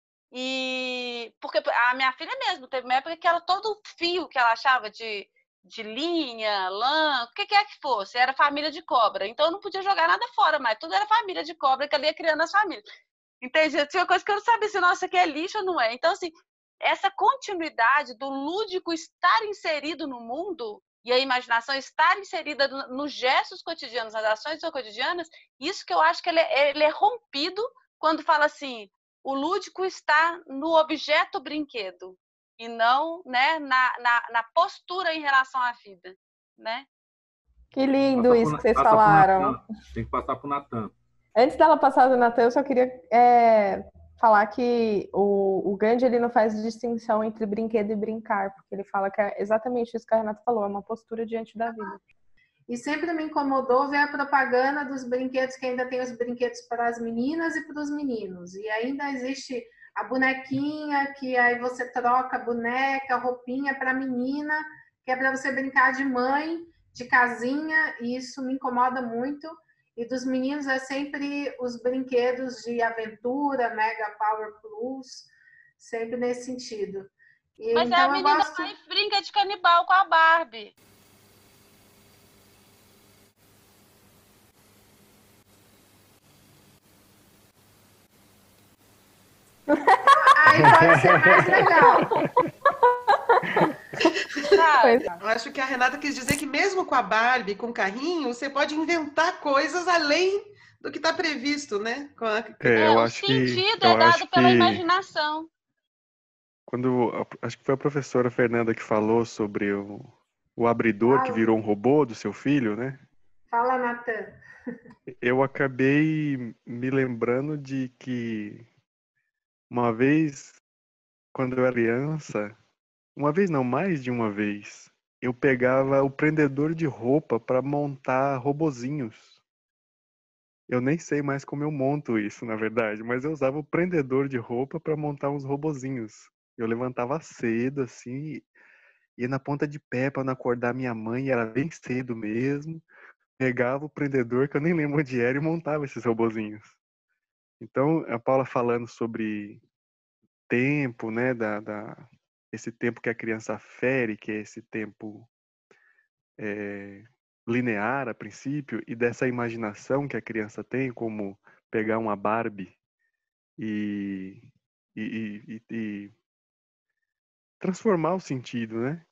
e... Porque a minha filha mesmo, teve uma época que ela, todo fio que ela achava de, de linha, lã, o que quer que fosse, era família de cobra. Então, eu não podia jogar nada fora, mas tudo era família de cobra, que ela ia criando as famílias. Entende? Tinha coisa que eu não sabia se, nossa, aqui é lixo ou não é. Então, assim, essa continuidade do lúdico estar inserido no mundo e a imaginação estar inserida nos gestos cotidianos, nas ações cotidianas, isso que eu acho que ele é, ele é rompido quando fala assim, o lúdico está no objeto brinquedo e não, né, na, na, na postura em relação à vida, né? Que lindo isso que vocês falaram. Tem que passar para o Natan. Antes dela passar do Natan, eu só queria é, falar que o, o Gandhi ele não faz distinção entre brinquedo e brincar, porque ele fala que é exatamente isso que a Renata falou, é uma postura diante da vida. E sempre me incomodou ver a propaganda dos brinquedos, que ainda tem os brinquedos para as meninas e para os meninos. E ainda existe a bonequinha, que aí você troca a boneca, a roupinha para a menina, que é para você brincar de mãe, de casinha, e isso me incomoda muito. E dos meninos é sempre os brinquedos de aventura, Mega Power Plus, sempre nesse sentido. E, Mas então a eu menina gosto... vai e brinca de canibal com a Barbie. Aí pode ser mais legal. Eu acho que a Renata quis dizer que mesmo com a Barbie, com o carrinho, você pode inventar coisas além do que está previsto, né? Com a... É, eu o acho que sentido eu é dado acho pela que imaginação. quando acho que foi a professora Fernanda que falou sobre o, o abridor que virou um robô do seu filho, né? Fala, Natan. Eu acabei me lembrando de que uma vez, quando eu era criança, uma vez não, mais de uma vez, eu pegava o prendedor de roupa para montar robozinhos. Eu nem sei mais como eu monto isso, na verdade, mas eu usava o prendedor de roupa para montar uns robozinhos. Eu levantava cedo, assim, ia na ponta de pé para não acordar minha mãe, era bem cedo mesmo. Pegava o prendedor, que eu nem lembro onde era, e montava esses robozinhos. Então, a Paula falando sobre tempo, né, da, da, esse tempo que a criança afere, que é esse tempo é, linear a princípio, e dessa imaginação que a criança tem, como pegar uma Barbie e, e, e, e transformar o sentido, né?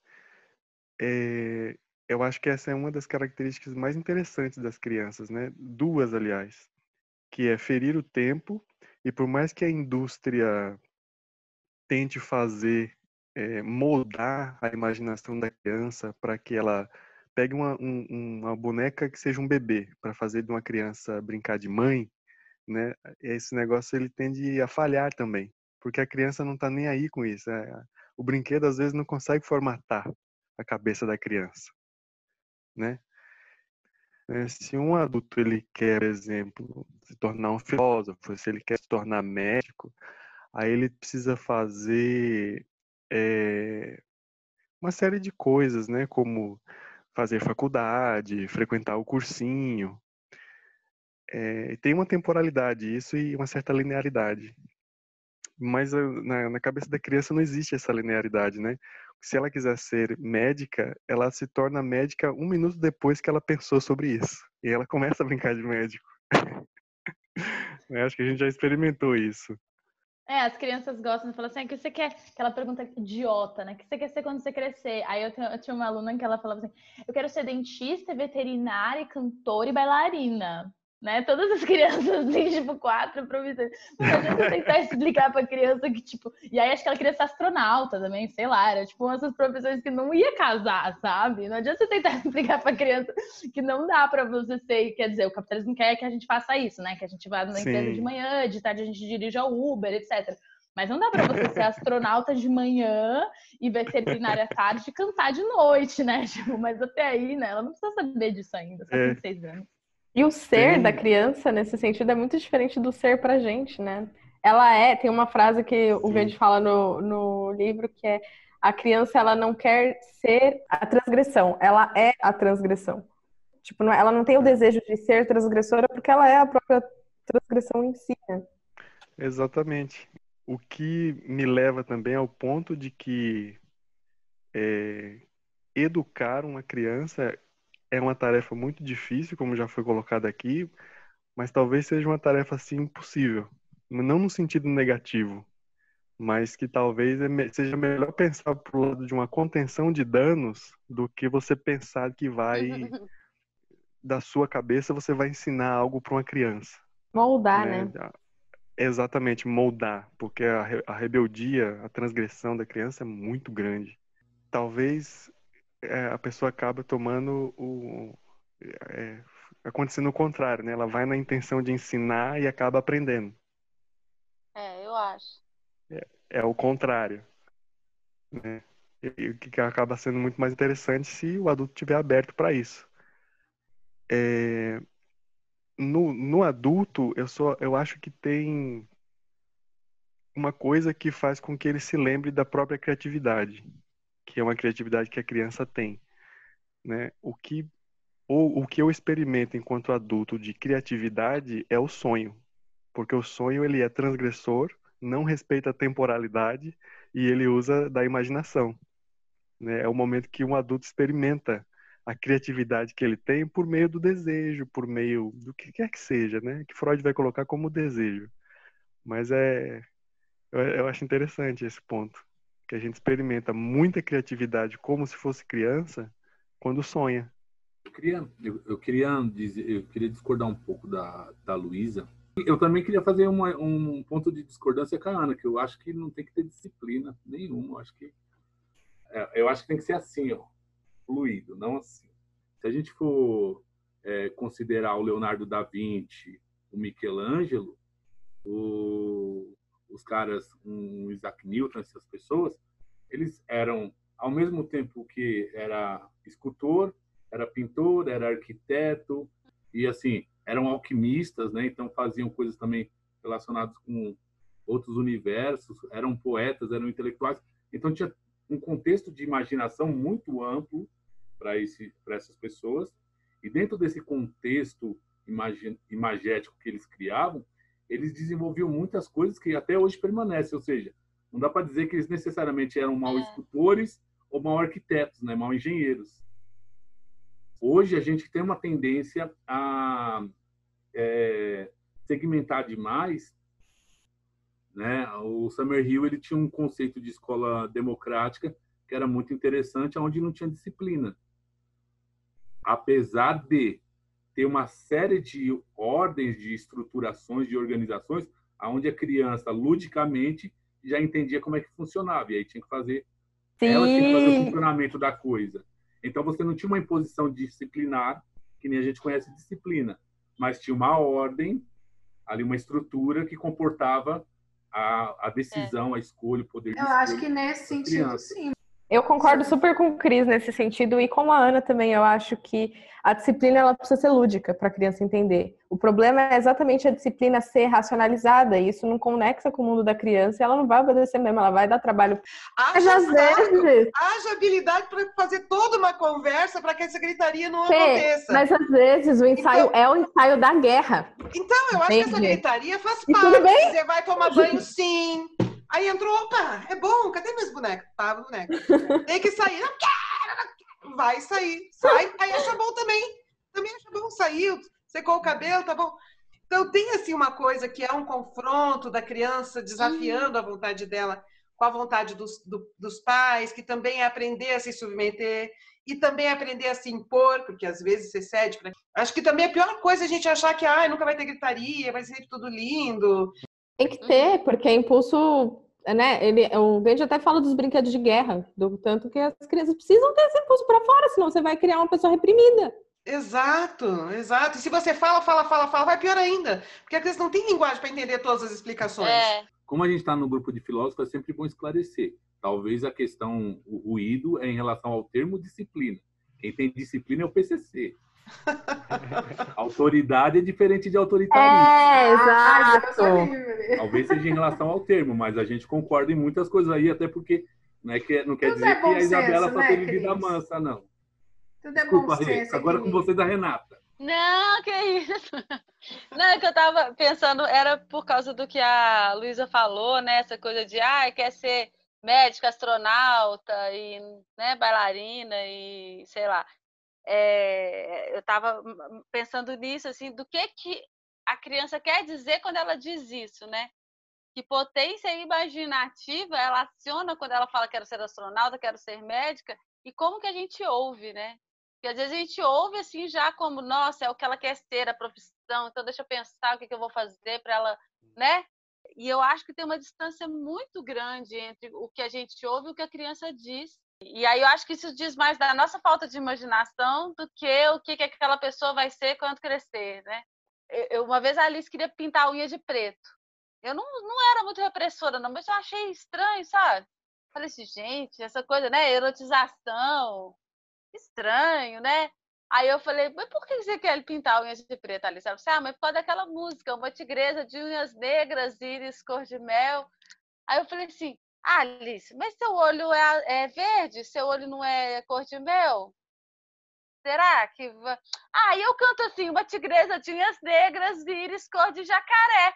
É, eu acho que essa é uma das características mais interessantes das crianças, né? Duas, aliás, que é ferir o tempo, e por mais que a indústria tente fazer, é, moldar a imaginação da criança para que ela pegue uma, um, uma boneca que seja um bebê, para fazer de uma criança brincar de mãe, né? Esse negócio ele tende a falhar também, porque a criança não está nem aí com isso. É, o brinquedo às vezes não consegue formatar a cabeça da criança, né? Se um adulto ele quer, por exemplo, se tornar um filósofo, se ele quer se tornar médico, aí ele precisa fazer é, uma série de coisas, né? Como fazer faculdade, frequentar o cursinho. É, tem uma temporalidade isso e uma certa linearidade. Mas na, na cabeça da criança não existe essa linearidade, né? Se ela quiser ser médica, ela se torna médica um minuto depois que ela pensou sobre isso. E ela começa a brincar de médico. Eu acho que a gente já experimentou isso. É, as crianças gostam de falar assim, o que você quer? Aquela pergunta idiota, né? O que você quer ser quando você crescer? Aí eu, tenho, eu tinha uma aluna que ela falava assim, eu quero ser dentista, veterinária, cantora e bailarina. Né? Todas as crianças têm, tipo, quatro profissões. Não adianta tentar explicar pra criança que, tipo... E aí acho que ela queria ser astronauta também, sei lá. Era, tipo, essas profissões que não ia casar, sabe? Não adianta você tentar explicar pra criança que não dá pra você ser... Quer dizer, o capitalismo quer que a gente faça isso, né? Que a gente vá na empresa Sim. de manhã, de tarde a gente dirija o Uber, etcétera. Mas não dá pra você ser astronauta de manhã e veterinária à tarde e cantar de noite, né? Tipo, mas até aí, né? Ela não precisa saber disso ainda, só É. tem seis anos. E o ser Tem- da criança, nesse sentido, é muito diferente do ser pra gente, né? Ela é, tem uma frase que o Verde fala no, no livro, que é a criança, ela não quer ser a transgressão, ela é a transgressão. Tipo, não- ela não tem o desejo de ser transgressora porque ela é a própria transgressão em si, né? Exatamente. O que me leva também ao ponto de que é, educar uma criança é uma tarefa muito difícil, como já foi colocado aqui, mas talvez seja uma tarefa assim impossível. Não no sentido negativo, mas que talvez é me- seja melhor pensar pro lado de uma contenção de danos do que você pensar que vai, da sua cabeça, você vai ensinar algo para uma criança. Moldar, né? né? Exatamente, moldar, porque a, re- a rebeldia, a transgressão da criança é muito grande. Talvez é, a pessoa acabe tomando o... é, acontecendo o contrário, né? Ela vai na intenção de ensinar e acaba aprendendo. É, eu acho. É, é o contrário, né? E, e o que acaba sendo muito mais interessante se o adulto estiver aberto para isso. É, no, no adulto, eu, só, eu acho que tem uma coisa que faz com que ele se lembre da própria criatividade, que é uma criatividade que a criança tem, né? O que, ou, o que eu experimento enquanto adulto de criatividade é o sonho, porque o sonho ele é transgressor, não respeita a temporalidade e ele usa da imaginação, né? É o momento que um adulto experimenta a criatividade que ele tem por meio do desejo, por meio do que quer que seja, né? Que Freud vai colocar como desejo. Mas é, eu, eu acho interessante esse ponto, que a gente experimenta muita criatividade como se fosse criança quando sonha. Eu queria, eu, eu queria dizer, eu queria discordar um pouco da, da Luísa. Eu também queria fazer uma, um ponto de discordância com a Ana, que eu acho que não tem que ter disciplina nenhuma. Eu acho que, é, eu acho que tem que ser assim, ó, fluido, não assim. Se a gente for é, considerar o Leonardo da Vinci, o Michelangelo, o, os caras, um Isaac Newton, essas pessoas, eles eram, ao mesmo tempo que era escultor, era pintor, era arquiteto, e assim, eram alquimistas, né? Então faziam coisas também relacionadas com outros universos, eram poetas, eram intelectuais. Então tinha um contexto de imaginação muito amplo para esse, para essas pessoas. E dentro desse contexto imagi- imagético que eles criavam, eles desenvolviam muitas coisas que até hoje permanecem. Ou seja, não dá para dizer que eles necessariamente eram mal escultores ou mal arquitetos, né? Mal engenheiros. Hoje a gente tem uma tendência a é, segmentar demais, né? O Summerhill ele tinha um conceito de escola democrática que era muito interessante, onde não tinha disciplina. Apesar de ter uma série de ordens, de estruturações, de organizações, onde a criança, ludicamente, já entendia como é que funcionava. E aí tinha que fazer... Sim. Ela tinha que fazer o funcionamento da coisa. Então, você não tinha uma imposição disciplinar, que nem a gente conhece disciplina, mas tinha uma ordem, ali uma estrutura que comportava a, a decisão, a escolha, o poder de Eu escolha acho que nesse das sentido, crianças. sim. Eu concordo super com o Cris nesse sentido e com a Ana também. Eu acho que a disciplina ela precisa ser lúdica para a criança entender. O problema é exatamente a disciplina ser racionalizada e isso não conexa com o mundo da criança e ela não vai obedecer mesmo, ela vai dar trabalho. Mas Haja às saco, vezes... haja habilidade para fazer toda uma conversa para que essa gritaria não Sim, aconteça. mas às vezes o ensaio Então- é o ensaio da guerra. Então, eu acho que essa Entende? gritaria faz E parte. tudo bem? Você vai tomar banho, sim. Aí entrou, opa, é bom, cadê meus bonecos? Tava o boneco. Tem que sair, não quero, não quero. Vai sair, sai. Aí acha bom também. Também acha bom, saiu, secou o cabelo, tá bom. Então tem assim uma coisa que é um confronto da criança desafiando a vontade dela com a vontade dos, do, dos pais, que também é aprender a se submeter e também aprender a se impor, porque às vezes você cede para... Acho que também a pior coisa é a gente achar que ah, nunca vai ter gritaria, vai ser tudo lindo. Tem que ter, porque é impulso, né? Ele, o Benji até fala dos brinquedos de guerra, do tanto que as crianças precisam ter esse impulso para fora, senão você vai criar uma pessoa reprimida. Exato, exato. E se você fala, fala, fala, fala, vai pior ainda, porque a criança não tem linguagem para entender todas as explicações. É. Como a gente está no grupo de filósofos, é sempre bom esclarecer. Talvez a questão, o ruído é em relação ao termo disciplina. Quem tem disciplina é o P C C. Autoridade é diferente de autoritarismo. É, Ah, Deus exato. o livre. Talvez seja em relação ao termo, mas a gente concorda em muitas coisas aí, até porque não, é que, não quer Tudo dizer é que bom a Isabela senso, só né, teve vida Cris? mansa, não. Tudo é bom Desculpa, Rê. senso. Agora com equilíbrio. vocês a Renata. Não, que isso. Não, é que eu tava pensando, era por causa do que a Luísa falou, né? Essa coisa de, ah, quer ser médica, astronauta e, né, bailarina e sei lá. É, eu tava pensando nisso, assim, do que que a criança quer dizer quando ela diz isso, né? Que potência imaginativa ela aciona quando ela fala quero ser astronauta, quero ser médica, e como que a gente ouve, né? Porque às vezes a gente ouve assim já como, nossa, é o que ela quer ser, a profissão, então deixa eu pensar o que, que eu vou fazer para ela, né? E eu acho que tem uma distância muito grande entre o que a gente ouve e o que a criança diz. E aí eu acho que isso diz mais da nossa falta de imaginação do que o que, que aquela pessoa vai ser quando crescer, né? Eu, uma vez a Alice queria pintar a unha de preto. Eu não, não era muito repressora, não, mas eu achei estranho, sabe? Falei assim, gente, essa coisa, né? Erotização, estranho, né? Aí eu falei, mas por que você quer pintar unhas de preto, Alice? Ela disse, ah, mas por causa daquela música, uma tigresa de unhas negras, íris, cor de mel. Aí eu falei assim, ah, Alice, mas seu olho é, é verde? Seu olho não é cor de mel? Será que... va-" Ah, e eu canto assim, uma tigresa de unhas negras, íris, cor de jacaré.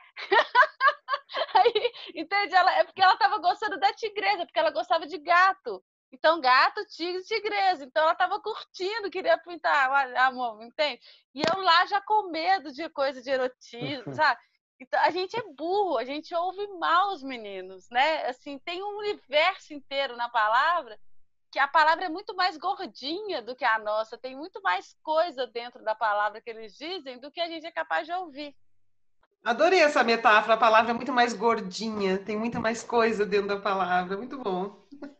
Aí, entende? Ela, é porque ela estava gostando da tigresa, porque ela gostava de gato. Então, gato, tigre, tigresa. Então, ela estava curtindo, queria pintar, amor, entende? E eu lá já com medo de coisa de erotismo, sabe? Então, a gente é burro, a gente ouve mal os meninos, né? Assim, tem um universo inteiro na palavra, que a palavra é muito mais gordinha do que a nossa, tem muito mais coisa dentro da palavra que eles dizem do que a gente é capaz de ouvir. Adorei essa metáfora, a palavra é muito mais gordinha, tem muito mais coisa dentro da palavra, muito bom.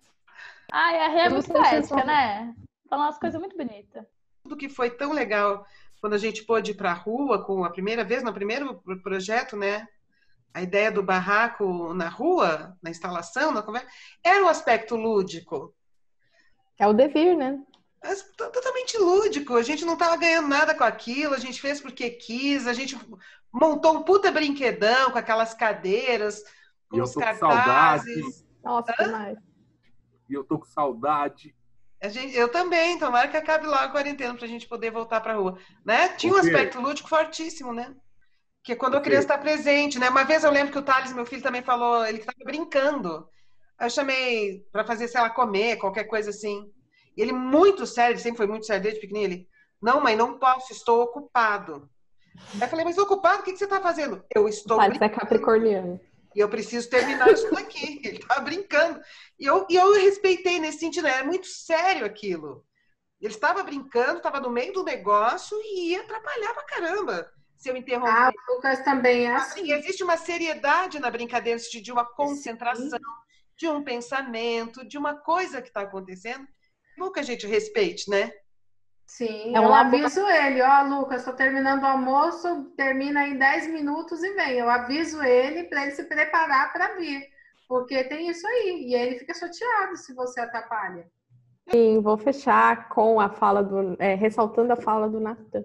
Ai, a Rê é muito poética, né? Fala umas coisas muito bonitas. Tudo que foi tão legal quando a gente pôde ir para a rua, com a primeira vez, no primeiro projeto, né? A ideia do barraco na rua, na instalação, na conversa, era o aspecto lúdico. É o devir, né? É totalmente lúdico. A gente não estava ganhando nada com aquilo, a gente fez porque quis, a gente montou um puta brinquedão com aquelas cadeiras, com e os eu tô cartazes. Com saudade. Nossa, que demais. E eu tô com saudade. A gente, eu também, tomara que acabe logo a quarentena para a gente poder voltar para a rua. Né? Tinha um aspecto lúdico fortíssimo, né? Que é quando a criança está presente, né? Uma vez eu lembro que o Thales, meu filho, também falou, ele estava brincando. Aí eu chamei para fazer, sei lá, comer, qualquer coisa assim. E ele muito sério, ele sempre foi muito sério desde pequenininho, ele, não, mãe, não posso, estou ocupado. Aí eu falei, mas ocupado, o que, que você está fazendo? Eu estou Thales é capricorniano. E eu preciso terminar isso daqui. Ele estava brincando. E eu, e eu respeitei nesse sentido, era muito sério aquilo. Ele estava brincando, estava no meio do negócio e ia atrapalhar pra caramba se eu interromper. Ah, o Lucas também é assim. assim. Existe uma seriedade na brincadeira, de uma concentração, Sim. de um pensamento, de uma coisa que está acontecendo. É bom que a gente respeite, né? Sim, é um eu labo... aviso ele, ó, Lucas, estou terminando o almoço, termina em dez minutos e vem. Eu aviso ele para ele se preparar para vir, porque tem isso aí, e ele fica chateado se você atrapalha. Sim, vou fechar com a fala do, é, ressaltando a fala do Natan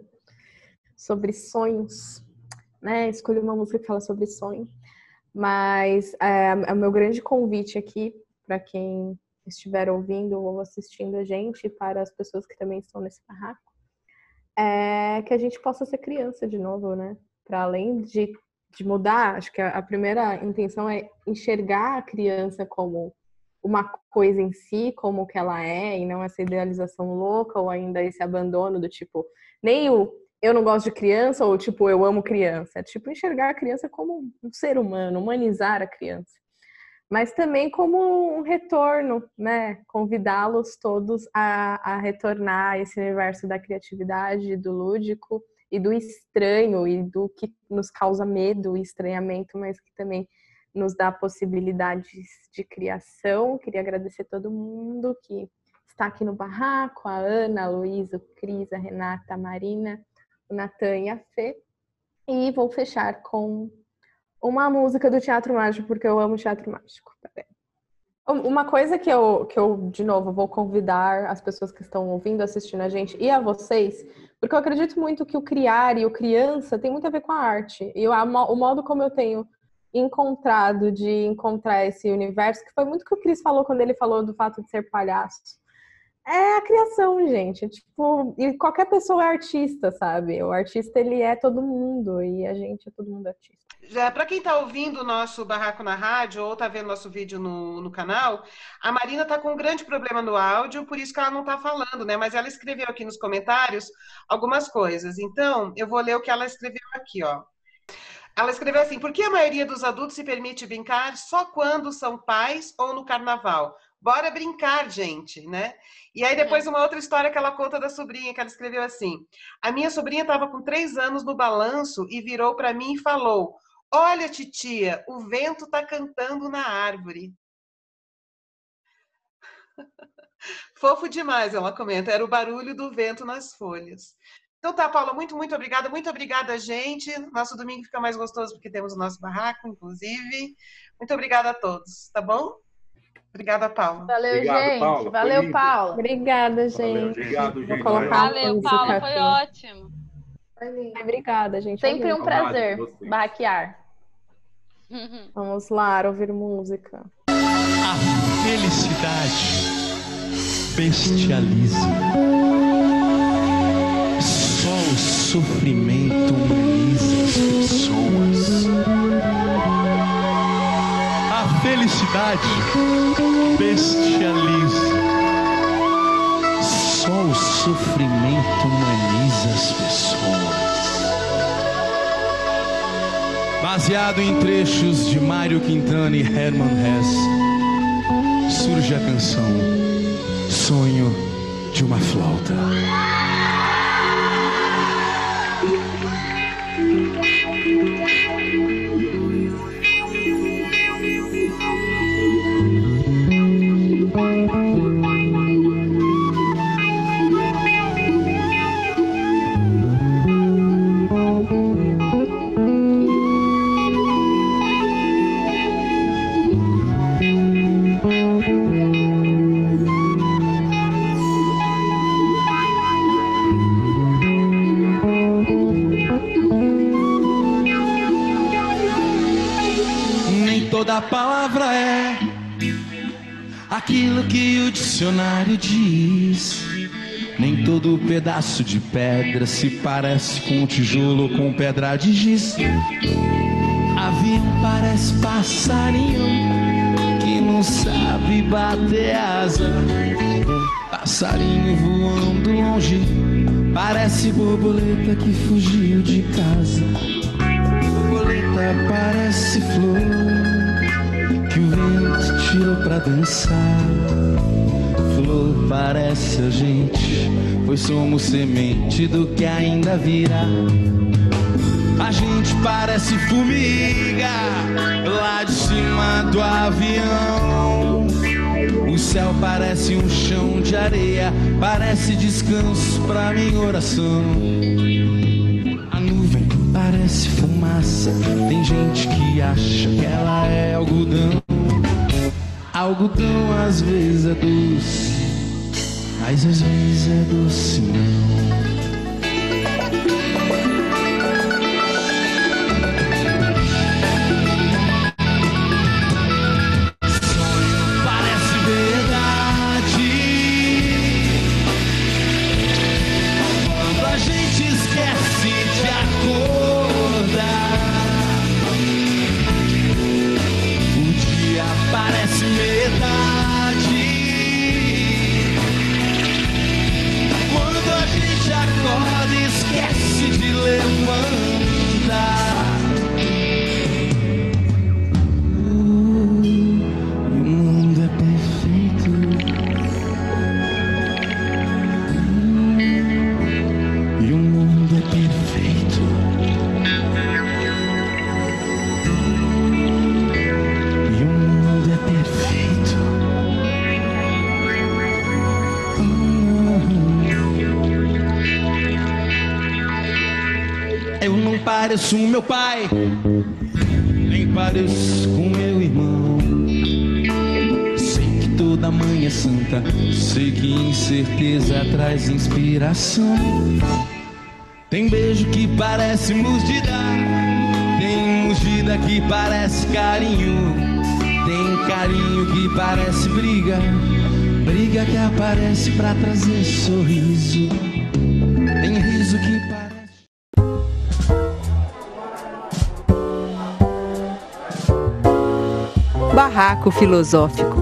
sobre sonhos, né? Escolhi uma música que fala sobre sonho, mas é, é o meu grande convite aqui para quem estiver ouvindo ou assistindo a gente, para as pessoas que também estão nesse barraco, é que a gente possa ser criança de novo, né? Para além de, de mudar, acho que a, a primeira intenção é enxergar a criança como uma coisa em si, como que ela é, e não essa idealização louca, ou ainda esse abandono do tipo, nem o eu não gosto de criança, ou tipo, eu amo criança. É tipo, enxergar a criança como um ser humano, humanizar a criança. Mas também como um retorno, né? Convidá-los todos a, a retornar a esse universo da criatividade, do lúdico e do estranho e do que nos causa medo e estranhamento, mas que também nos dá possibilidades de criação. Queria agradecer todo mundo que está aqui no barraco, a Ana, a Luísa, o Cris, a Renata, a Marina, o Natan e a Fê. E vou fechar com uma música do Teatro Mágico, porque eu amo Teatro Mágico. Uma coisa que eu, que eu, de novo, vou convidar as pessoas que estão ouvindo, assistindo a gente e a vocês, porque eu acredito muito que o criar e o criança tem muito a ver com a arte. E o modo como eu tenho encontrado de encontrar esse universo, que foi muito o que o Cris falou quando ele falou do fato de ser palhaço, é a criação, gente. Tipo, e qualquer pessoa é artista, sabe? O artista, ele é todo mundo e a gente é todo mundo artista. Já para quem está ouvindo o nosso Barraco na Rádio ou está vendo nosso vídeo no, no canal, a Marina está com um grande problema no áudio, por isso que ela não está falando, né? Mas ela escreveu aqui nos comentários algumas coisas. Então, eu vou ler o que ela escreveu aqui, ó. Ela escreveu assim: por que a maioria dos adultos se permite brincar só quando são pais ou no carnaval? Bora brincar, gente, né? E aí depois uma outra história que ela conta da sobrinha, que ela escreveu assim: a minha sobrinha estava com três anos no balanço e virou para mim e falou: olha, titia, o vento tá cantando na árvore. Fofo demais, ela comenta, era o barulho do vento nas folhas. Então tá, Paula, muito, muito obrigada. Muito obrigada, gente. Nosso domingo fica mais gostoso porque temos o nosso barraco, inclusive. Muito obrigada a todos, tá bom? Obrigada, Paula. Valeu, Obrigado, gente. Paula. Foi Valeu, lindo. Paula. Obrigada, gente. Valeu, Obrigado, Vou gente. colocar Valeu, uma Paula, música foi aqui. ótimo. Obrigada, gente. Sempre Amei. um prazer barraquear. Vamos lá, ouvir música. A felicidade bestializa. Só o sofrimento humaniza as pessoas. A felicidade bestializa. Só o sofrimento humaniza as pessoas. Baseado em trechos de Mário Quintana e Hermann Hesse, surge a canção Sonho de uma Flauta. Toda palavra é aquilo que o dicionário diz. Nem todo pedaço de pedra se parece com tijolo ou com pedra de giz. Avião parece passarinho que não sabe bater asa. Passarinho voando longe parece borboleta que fugiu de casa. Borboleta parece flor que o vento tirou pra dançar. Flor parece a gente, pois somos semente do que ainda virá. A gente parece formiga lá de cima do avião. O céu parece um chão de areia, parece descanso pra minha oração. A nuvem parece fumaça, tem gente que acha que ela é algodão. Algodão às vezes é doce, mas às vezes é doce não. Sonho parece verdade quando a gente esquece de acordar. O dia parece metade quando a gente acorda e esquece de levantar. Uh, e o mundo é perfeito. Uh, e o mundo é perfeito. E o mundo é perfeito. Eu não pareço meu pai, nem pareço com meu irmão. Sei que toda mãe é santa, sei que incerteza traz inspiração. Tem beijo que parece mordida, tem mordida que parece carinho. Tem carinho que parece briga, briga que aparece pra trazer sorriso. Tem riso que parece... Barraco Filosófico.